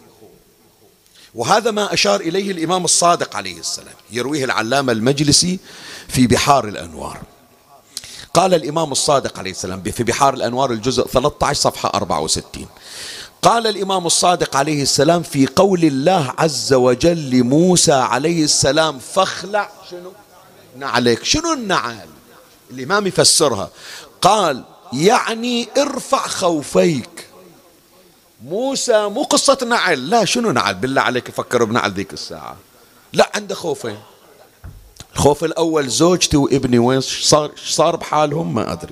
وهذا ما أشار إليه الإمام الصادق عليه السلام، يرويه العلامة المجلسي في بحار الأنوار. قال الإمام الصادق عليه السلام في بحار الأنوار الجزء 13 صفحة 64، قال الإمام الصادق عليه السلام في قول الله عز وجل لموسى عليه السلام فاخلع شنو نعليك. شنو النعال؟ الإمام يفسرها قال يعني ارفع خوفيك. موسى مو قصة نعل، لا، شنو نعل؟ بالله عليك فكر بنعل ذيك الساعة، لا، عنده خوفين. الخوف الأول زوجتي وابني وين صار بحالهم ما أدري.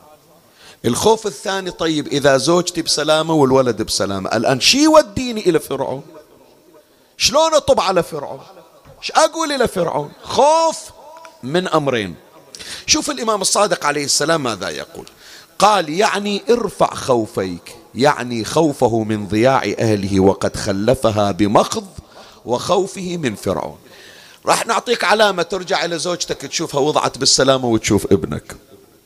الخوف الثاني طيب إذا زوجتي بسلامة والولد بسلامة، الآن شي يوديني إلى فرعون؟ شلون أطب على فرعون؟ ايش أقول إلى فرعون؟ خوف من أمرين. شوف الإمام الصادق عليه السلام ماذا يقول، قال يعني ارفع خوفيك، يعني خوفه من ضياع أهله وقد خلفها بمخض وخوفه من فرعون. راح نعطيك علامة ترجع إلى زوجتك تشوفها وضعت بالسلامة وتشوف ابنك.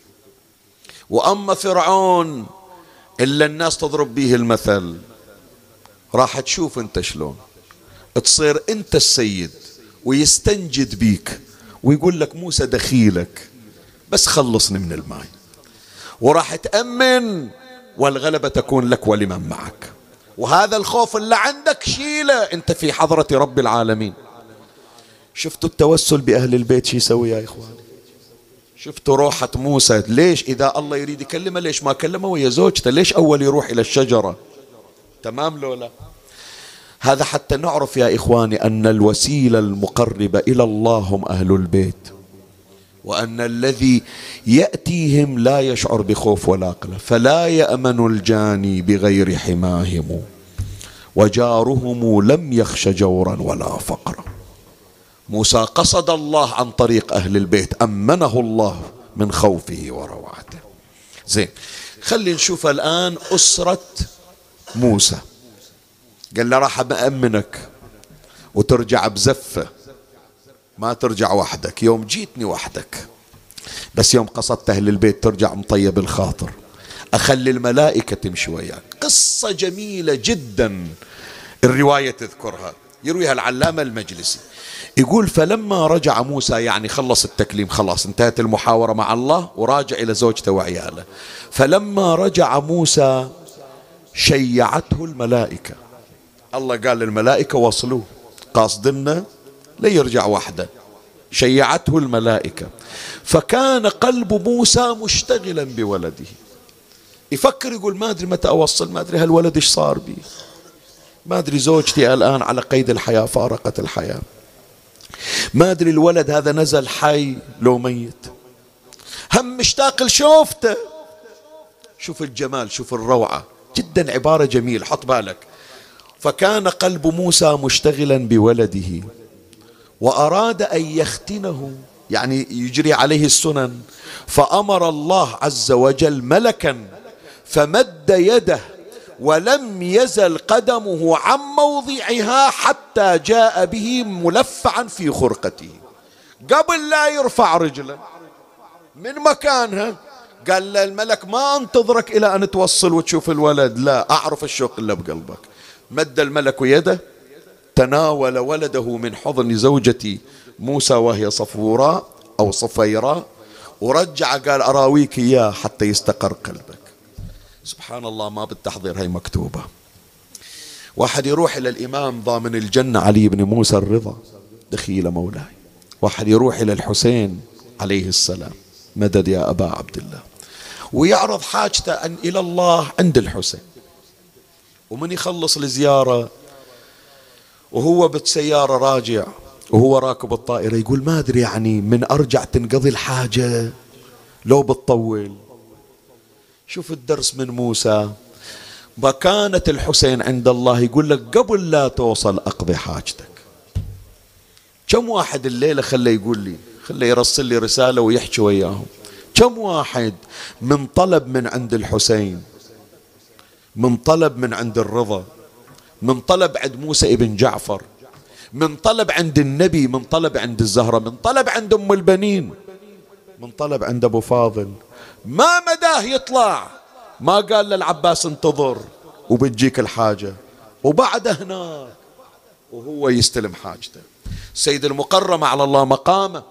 وأما فرعون إلا الناس تضرب به المثل، راح تشوف أنت شلون تصير أنت السيد ويستنجد بيك ويقول لك موسى دخيلك بس خلصني من الماء، وراح تأمن والغلبة تكون لك ولمن معك. وهذا الخوف اللي عندك شيله أنت في حضرة رب العالمين. شفتوا التوسل بأهل البيت شي يسوي يا إخوان؟ شفتوا روحة موسى ليش إذا الله يريد يكلمه ليش ما كلمه ويا زوجته؟ ليش أول يروح إلى الشجرة؟ تمام لولا؟ هذا حتى نعرف يا إخواني أن الوسيلة المقربة إلى الله هم أهل البيت، وأن الذي يأتيهم لا يشعر بخوف ولا قلق، فلا يأمن الجاني بغير حماهم وجارهم لم يخش جورا ولا فقرا. موسى قصد الله عن طريق أهل البيت، أمنه الله من خوفه وروعته. زين، خلي نشوف الآن أسرة موسى. قال له راح أأمنك وترجع بزفة، ما ترجع وحدك. يوم جيتني وحدك، بس يوم قصدت أهل البيت ترجع مطيب الخاطر، أخلي الملائكة تمشي وياك. قصة جميلة جدا الرواية تذكرها، يرويها العلامة المجلسي. يقول فلما رجع موسى، يعني خلص التكليم، خلاص انتهت المحاورة مع الله وراجع إلى زوجته وعياله. فلما رجع موسى شيعته الملائكة. الله قال للملائكة وصلوه، قاصدنا ليرجع وحده. شيعته الملائكة، فكان قلب موسى مشتغلا بولده. يفكر يقول ما أدري متى أوصل، ما أدري هالولد إيش صار بي، ما أدري زوجتي الآن على قيد الحياة، فارقت الحياة، ما أدري الولد هذا نزل حي لو ميت، هم مشتاق لشوفته. شوف الجمال، شوف الروعة، جدا عبارة جميل، حط بالك. فكان قلب موسى مشتغلا بولده وأراد أن يختنه، يعني يجري عليه السنن. فأمر الله عز وجل ملكا فمد يده ولم يزل قدمه عن موضعها حتى جاء به ملفعا في خرقته. قبل لا يرفع رجله من مكانها قال له الملك ما انتظرك إلى أن توصل وتشوف الولد، لا أعرف الشوق إلا بقلبك. مد الملك يده، تناول ولده من حضن زوجتي موسى وهي صفوراء أو صفيراء، ورجع قال أراويك إياه حتى يستقر قلبك. سبحان الله، ما بالتحضير، هي مكتوبة. واحد يروح إلى الإمام ضامن الجنة علي بن موسى الرضا، دخيل مولاي. واحد يروح إلى الحسين عليه السلام، مدد يا أبا عبد الله، ويعرض حاجته إلى الله عند الحسين. ومن يخلص الزيارة وهو بالسيارة راجع وهو راكب الطائرة يقول ما أدري يعني من أرجع تنقضي الحاجة لو بتطول. شوف الدرس من موسى، مكانة الحسين عند الله يقول لك قبل لا توصل أقضي حاجتك. كم واحد الليلة خلى يقول لي، خلى يرسل لي رسالة ويحكي وياهم، كم واحد من طلب من عند الحسين، من طلب من عند الرضا، من طلب عند موسى ابن جعفر، من طلب عند النبي، من طلب عند الزهرة، من طلب عند أم البنين، من طلب عند أبو فاضل، ما مداه يطلع ما قال للعباس انتظر وبتجيك الحاجة، وبعد هناك وهو يستلم حاجته. سيد المقرم على الله مقامه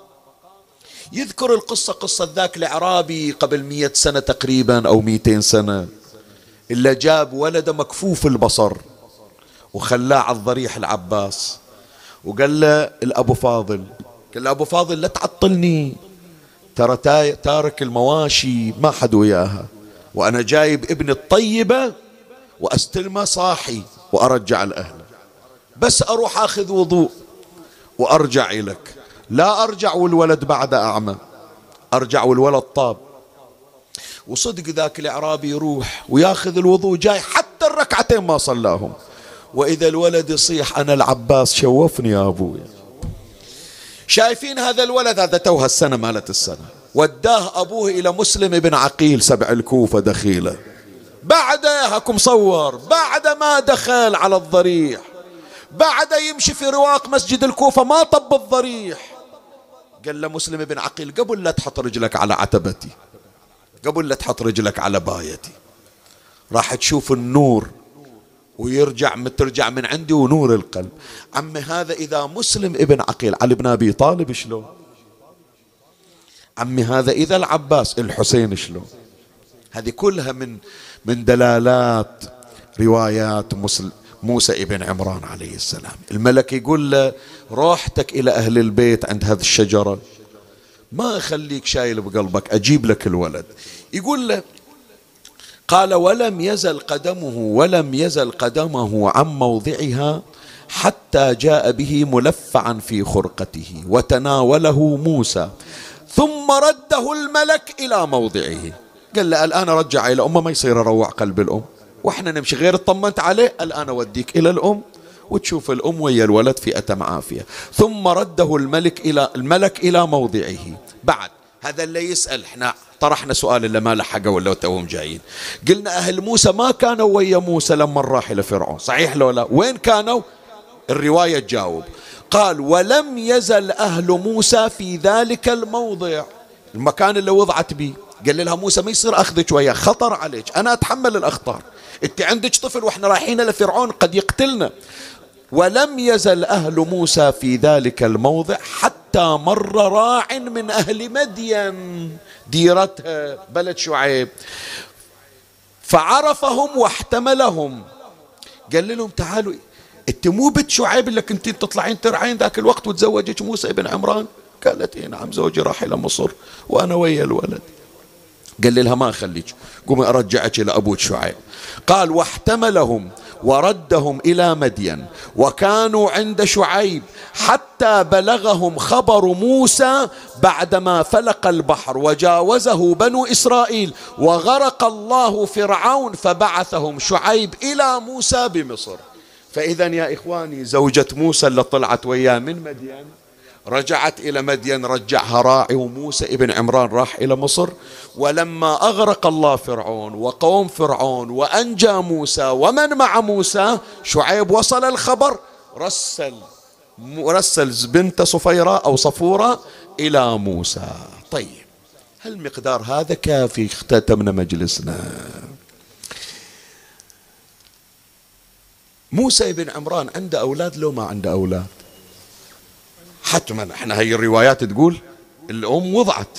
يذكر القصة، قصة ذاك الأعرابي قبل 100 سنة تقريبا أو 200 سنة، إلا جاب ولده مكفوف البصر وخلاه على الضريح العباس، وقال له الأبو فاضل، قال له أبو فاضل لا تعطلني، ترى تارك المواشي ما حد وياها، وأنا جايب ابن الطيبة وأستلمه صاحي وأرجع الأهل، بس أروح أخذ وضوء وأرجع إليك، لا أرجع والولد بعد أعمى، أرجع والولد طاب. وصدق ذاك الإعرابي يروح وياخذ الوضوء جاي، حتى الركعتين ما صلاهم، وإذا الولد يصيح أنا العباس شوفني يا أبوي. شايفين هذا الولد، هذا توها السنة مالت السنة، وداه أبوه إلى مسلم بن عقيل سبع الكوفة دخيله، بعد هاكم صور، بعد ما دخل على الضريح، بعد يمشي في رواق مسجد الكوفة ما طب الضريح، قال له مسلم بن عقيل قبل لا تحط رجلك على عتبتي، قبل لا تحط رجلك على بايتي، راح تشوف النور ترجع من عندي ونور القلب. عمي هذا إذا مسلم ابن عقيل علي بن أبي طالب شلون؟ عمي هذا إذا العباس الحسين شلون؟ هذه كلها من دلالات روايات موسى ابن عمران عليه السلام. الملك يقول له روحتك إلى أهل البيت عند هذه الشجرة ما أخليك شايل بقلبك، أجيب لك الولد. يقول له قال ولم يزل قدمه عن موضعها حتى جاء به ملفعا في خرقته وتناوله موسى ثم رده الملك إلى موضعه. قال له الآن رجع إلى أمه، ما يصير أروع قلب الأم وإحنا نمشي غير اطمنت عليه، الآن أوديك إلى الأم وتشوف الأم ويا الولد في أتم عافية. ثم رده الملك إلى موضعه. بعد هذا اللي يسأل. احنا طرحنا سؤال اللي ما لحقوا ولا توهم جايين. قلنا أهل موسى ما كانوا ويا موسى لما راح إلى فرعون، صحيح لو لا؟ وين كانوا؟ الرواية تجاوب، قال ولم يزل أهل موسى في ذلك الموضع، المكان اللي وضعت به. قال لها موسى ما يصير أخذك وياه، خطر عليك، أنا أتحمل الأخطار، أنت عندك طفل وإحنا رايحين لفرعون قد يقتلنا. ولم يزل أهل موسى في ذلك الموضع حتى مر راع من أهل مدين، ديرتها بلد شعيب، فعرفهم واحتملهم. قال لهم تعالوا، انت مو بنت شعيب اللي كنتين تطلعين ترعين ذاك الوقت وتزوجك موسى ابن عمران؟ قالت اي نعم، زوجي راح الى مصر وانا ويا الولد. قال لها ما اخليك، قومي ارجعك الى ابوك شعيب. قال واحتملهم وردهم الى مدين، وكانوا عند شعيب حتى بلغهم خبر موسى بعدما فلق البحر وجاوزه بنو اسرائيل وغرق الله فرعون، فبعثهم شعيب الى موسى بمصر. فاذا يا اخواني زوجة موسى اللي طلعت وياه من مدين رجعت إلى مدين، رجعها راعي، وموسى ابن عمران راح إلى مصر. ولما أغرق الله فرعون وقوم فرعون وأنجى موسى ومن مع موسى، شعيب وصل الخبر، رسل بنت صفيرة أو صفورة إلى موسى. طيب هالمقدار هذا كافي، اختتمنا مجلسنا. موسى ابن عمران عنده أولاد لو ما عنده أولاد؟ حتما احنا هي الروايات تقول الأم وضعت.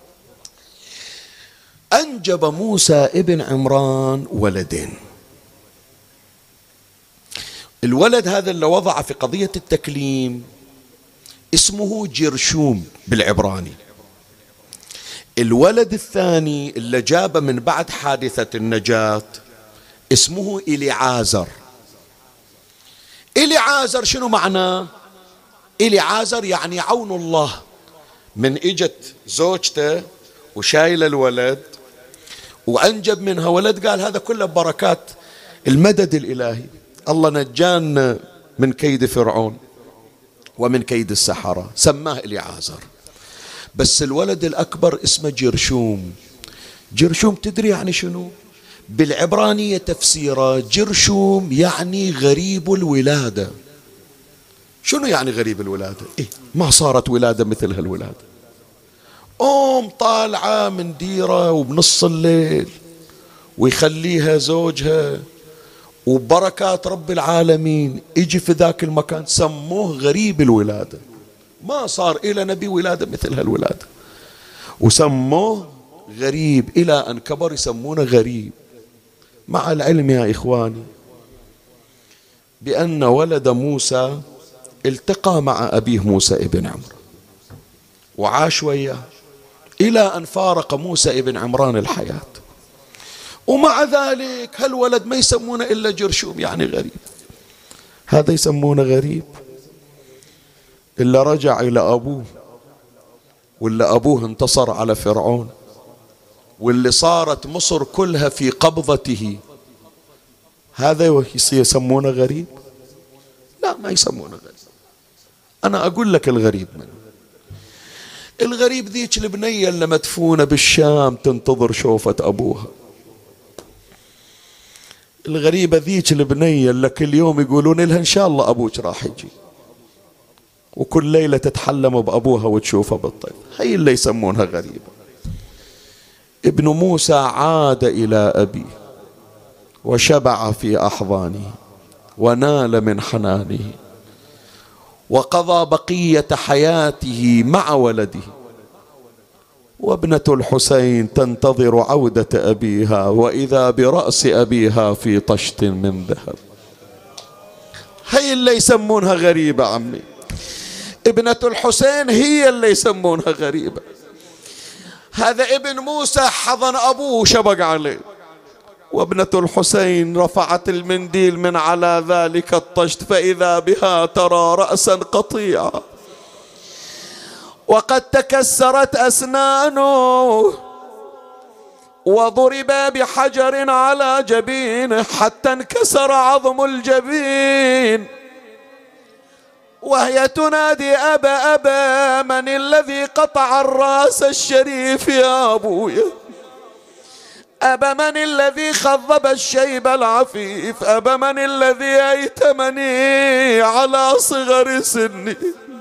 أنجب موسى ابن عمران ولدين. الولد هذا اللي وضع في قضية التكليم اسمه جرشوم بالعبراني. الولد الثاني اللي جابه من بعد حادثة النجاة اسمه إليعازر. إليعازر شنو معناه؟ إليعازر يعني عون الله. من اجت زوجته وشايل الولد وأنجب منها ولد، قال هذا كله ببركات المدد الإلهي، الله نجانا من كيد فرعون ومن كيد السحرة، سماه إليعازر. بس الولد الأكبر اسمه جرشوم. جرشوم تدري يعني شنو؟ بالعبرانية تفسيره جرشوم يعني غريب الولادة. شنو يعني غريب الولادة؟ إيه ما صارت ولادة مثل هالولادة. طالعة من ديرة وبنص الليل ويخليها زوجها وبركات رب العالمين يجي في ذاك المكان، سموه غريب الولادة. ما صار إلى نبي ولادة مثل هالولادة، وسموه غريب إلى أن كبر يسمونه غريب. مع العلم يا إخواني بأن ولد موسى التقى مع أبيه موسى ابن عمرو وعاش وياه إلى أن فارق موسى ابن عمران الحياة، ومع ذلك هالولد ما يسمونه إلا جرشوم يعني غريب. هذا يسمونه غريب إلا رجع إلى أبوه، واللي أبوه انتصر على فرعون، واللي صارت مصر كلها في قبضته، هذا يسمونه غريب؟ لا ما يسمونه غريب. أنا أقول لك الغريب من الغريب ذيك البنية اللي مدفونة بالشام تنتظر شوفة أبوها. الغريبة ذيك البنية اللي كل يوم يقولون لها إن شاء الله أبوك راح يجي، وكل ليلة تتحلم بأبوها وتشوفه بالطيف. هي اللي يسمونها غريبة. ابن موسى عاد إلى أبيه وشبع في أحضانه ونال من حنانه، وقضى بقية حياته مع ولده، وابنة الحسين تنتظر عودة أبيها، وإذا برأس أبيها في طشت من ذهب. هي اللي يسمونها غريبة عمي، ابنة الحسين هي اللي يسمونها غريبة. هذا ابن موسى حضن أبوه وشبق عليه، وابنة الحسين رفعت المنديل من على ذلك الطشت فإذا بها ترى رأسا قطيعا، وقد تكسرت أسنانه، وضرب بحجر على جبينه حتى انكسر عظم الجبين، وهي تنادي أبا أبا من الذي قطع الرأس الشريف يا أبويا، أبا من الذي خضب الشيب العفيف، أبا من الذي أيتمني على صغر سني.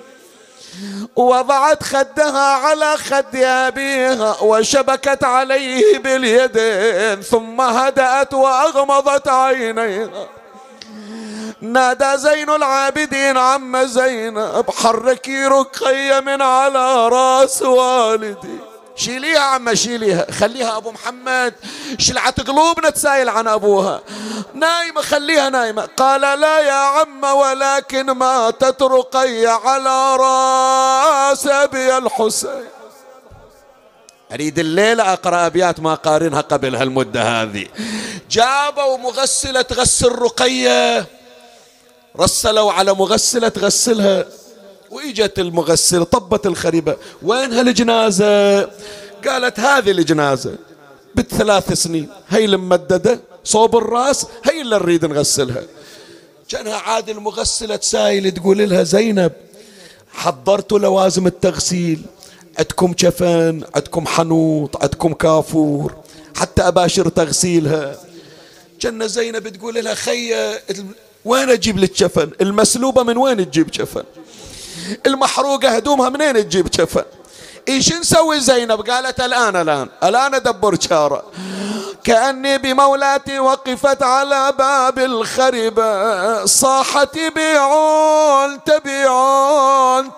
وضعت خدها على خد أبيها وشبكت عليه باليدين، ثم هدأت وأغمضت عينيها. نادى زين العابدين عم زينب حركي رقية من على راس والدي. شيليها عم شيليها، خليها أبو محمد، شلعت قلوبنا تسايل عن أبوها، نايمة خليها نايمة. قال لا يا عم، ولكن ماتت رقية على راس أبي الحسين. أريد الليلة أقرأ أبيات ما قارنها قبل هالمدة هذه. جابوا مغسلة تغسل رقية، رسلوا على مغسلة تغسلها، وإجت المغسلة طبت الخريبة، وين هالجنازة؟ قالت هذه الجنازة ب3 سنين، هي الممددة صوب الراس، هي اللي نريد نغسلها. كانها عاد المغسلة تسايل تقول لها زينب حضرتوا لوازم التغسيل، عندكم كفن، عندكم حنوط، عندكم كافور، حتى أباشر تغسيلها. كان زينب تقول لها خيّة وين أجيب لك كفن؟ المسلوبة من وين تجيب كفن؟ المحروقة هدومها منين تجيب كفن؟ ايش نسوي زينب؟ قالت الآن أدبر شارة. كأني بمولاتي وقفت على باب الخربة، صاحت بيعون تبيعون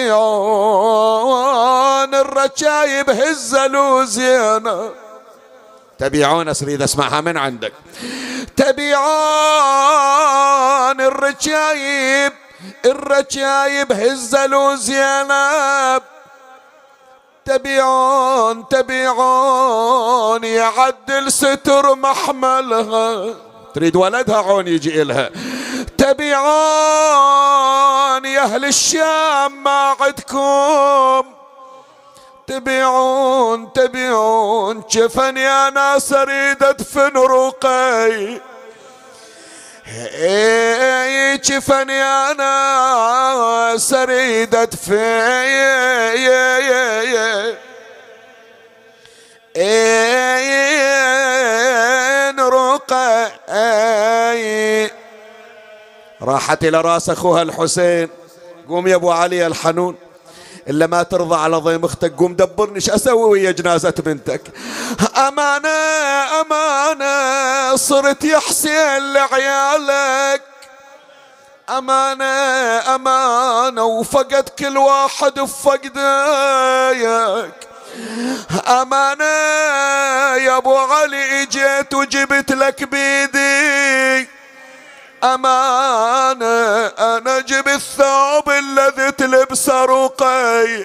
تبيعون، الرجايب هزلوا زينب. تبيعون أريد أسمعها من عندك. تبيعون الرجايب هزلوا زينب، تبيعون تبيعون يعدل ستر محملها، تريد ولدها عون يجي إلها. تبيعون يا أهل الشام ما عدكم، تبيعون تبيعون كفن يا ناس أريد أدفن رقي، كفن يا ناس أريد أدفن رقي. راحت إلى راس أخوها الحسين، قوم يا أبو علي الحنون، إلا ما ترضى على ضيم أختك، قوم دبرني ايش أسوي ويا جنازة بنتك. أمانة أمانة صرت يا حسين لعيالك، أمانة أمانة وفقد كل واحد بفقدك. أمانة يا أبو علي اجيت وجبت لك بيدي، أمانة أنا جب الثوب الذي تلبسه رقي،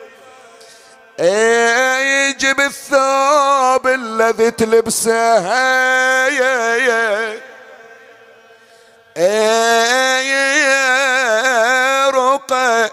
جب الثوب الذي تلبسه رقي.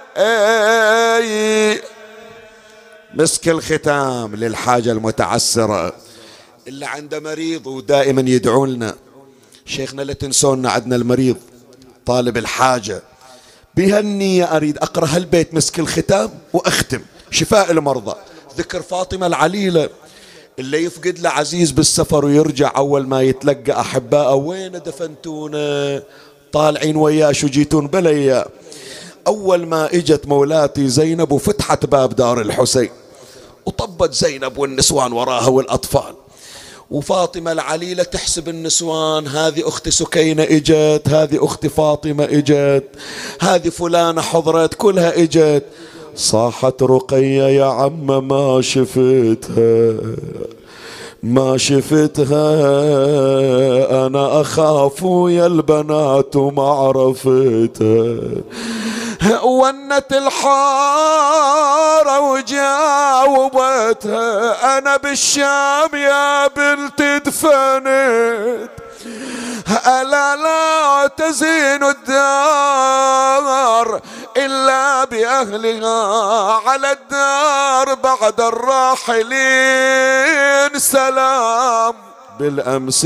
مسك الختام للحاجة المتعسرة اللي عنده مريض ودائما يدعون لنا. شيخنا لا تنسونا عندنا المريض طالب الحاجة. بهالنية أريد أقرأ هالبيت مسك الختام وأختم. شفاء المرضى، ذكر فاطمة العليلة اللي يفقد له عزيز بالسفر ويرجع أول ما يتلقى أحباءه، وين دفنتونا؟ طالعين وياه شو جيتون بليا. أول ما إجت مولاتي زينب وفتحت باب دار الحسين، وطبت زينب والنسوان وراها والأطفال، وفاطمة العليلة تحسب النسوان، هذه أخت سكينة إجت، هذه أخت فاطمة إجت، هذه فلانة حضرت، كلها إجت. صاحت رقية يا عم ما شفتها ما شفتها، أنا أخاف يا البنات ما عرفتها. ونت الحارة وجاوبتها، أنا بالشام يا بنتي دفنت، ألا لا تزين الدار إلا بأهلها، على الدار بعد الراحلين سلام، بالأمس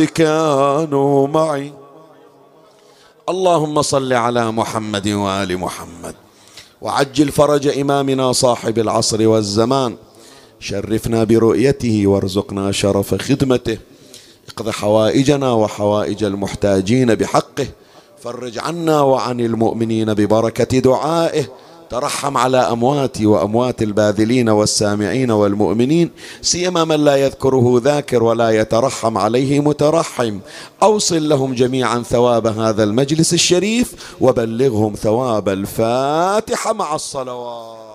كانوا معي. اللهم صل على محمد وآل محمد. وعجل فرج إمامنا صاحب العصر والزمان، شرفنا برؤيته وارزقنا شرف خدمته، اقض حوائجنا وحوائج المحتاجين بحقه، فرج عنا وعن المؤمنين ببركة دعائه، ترحم على أمواتي وأموات الباذلين والسامعين والمؤمنين، سيما من لا يذكره ذاكر ولا يترحم عليه مترحم، أوصل لهم جميعا ثواب هذا المجلس الشريف، وبلغهم ثواب الفاتحة مع الصلوات.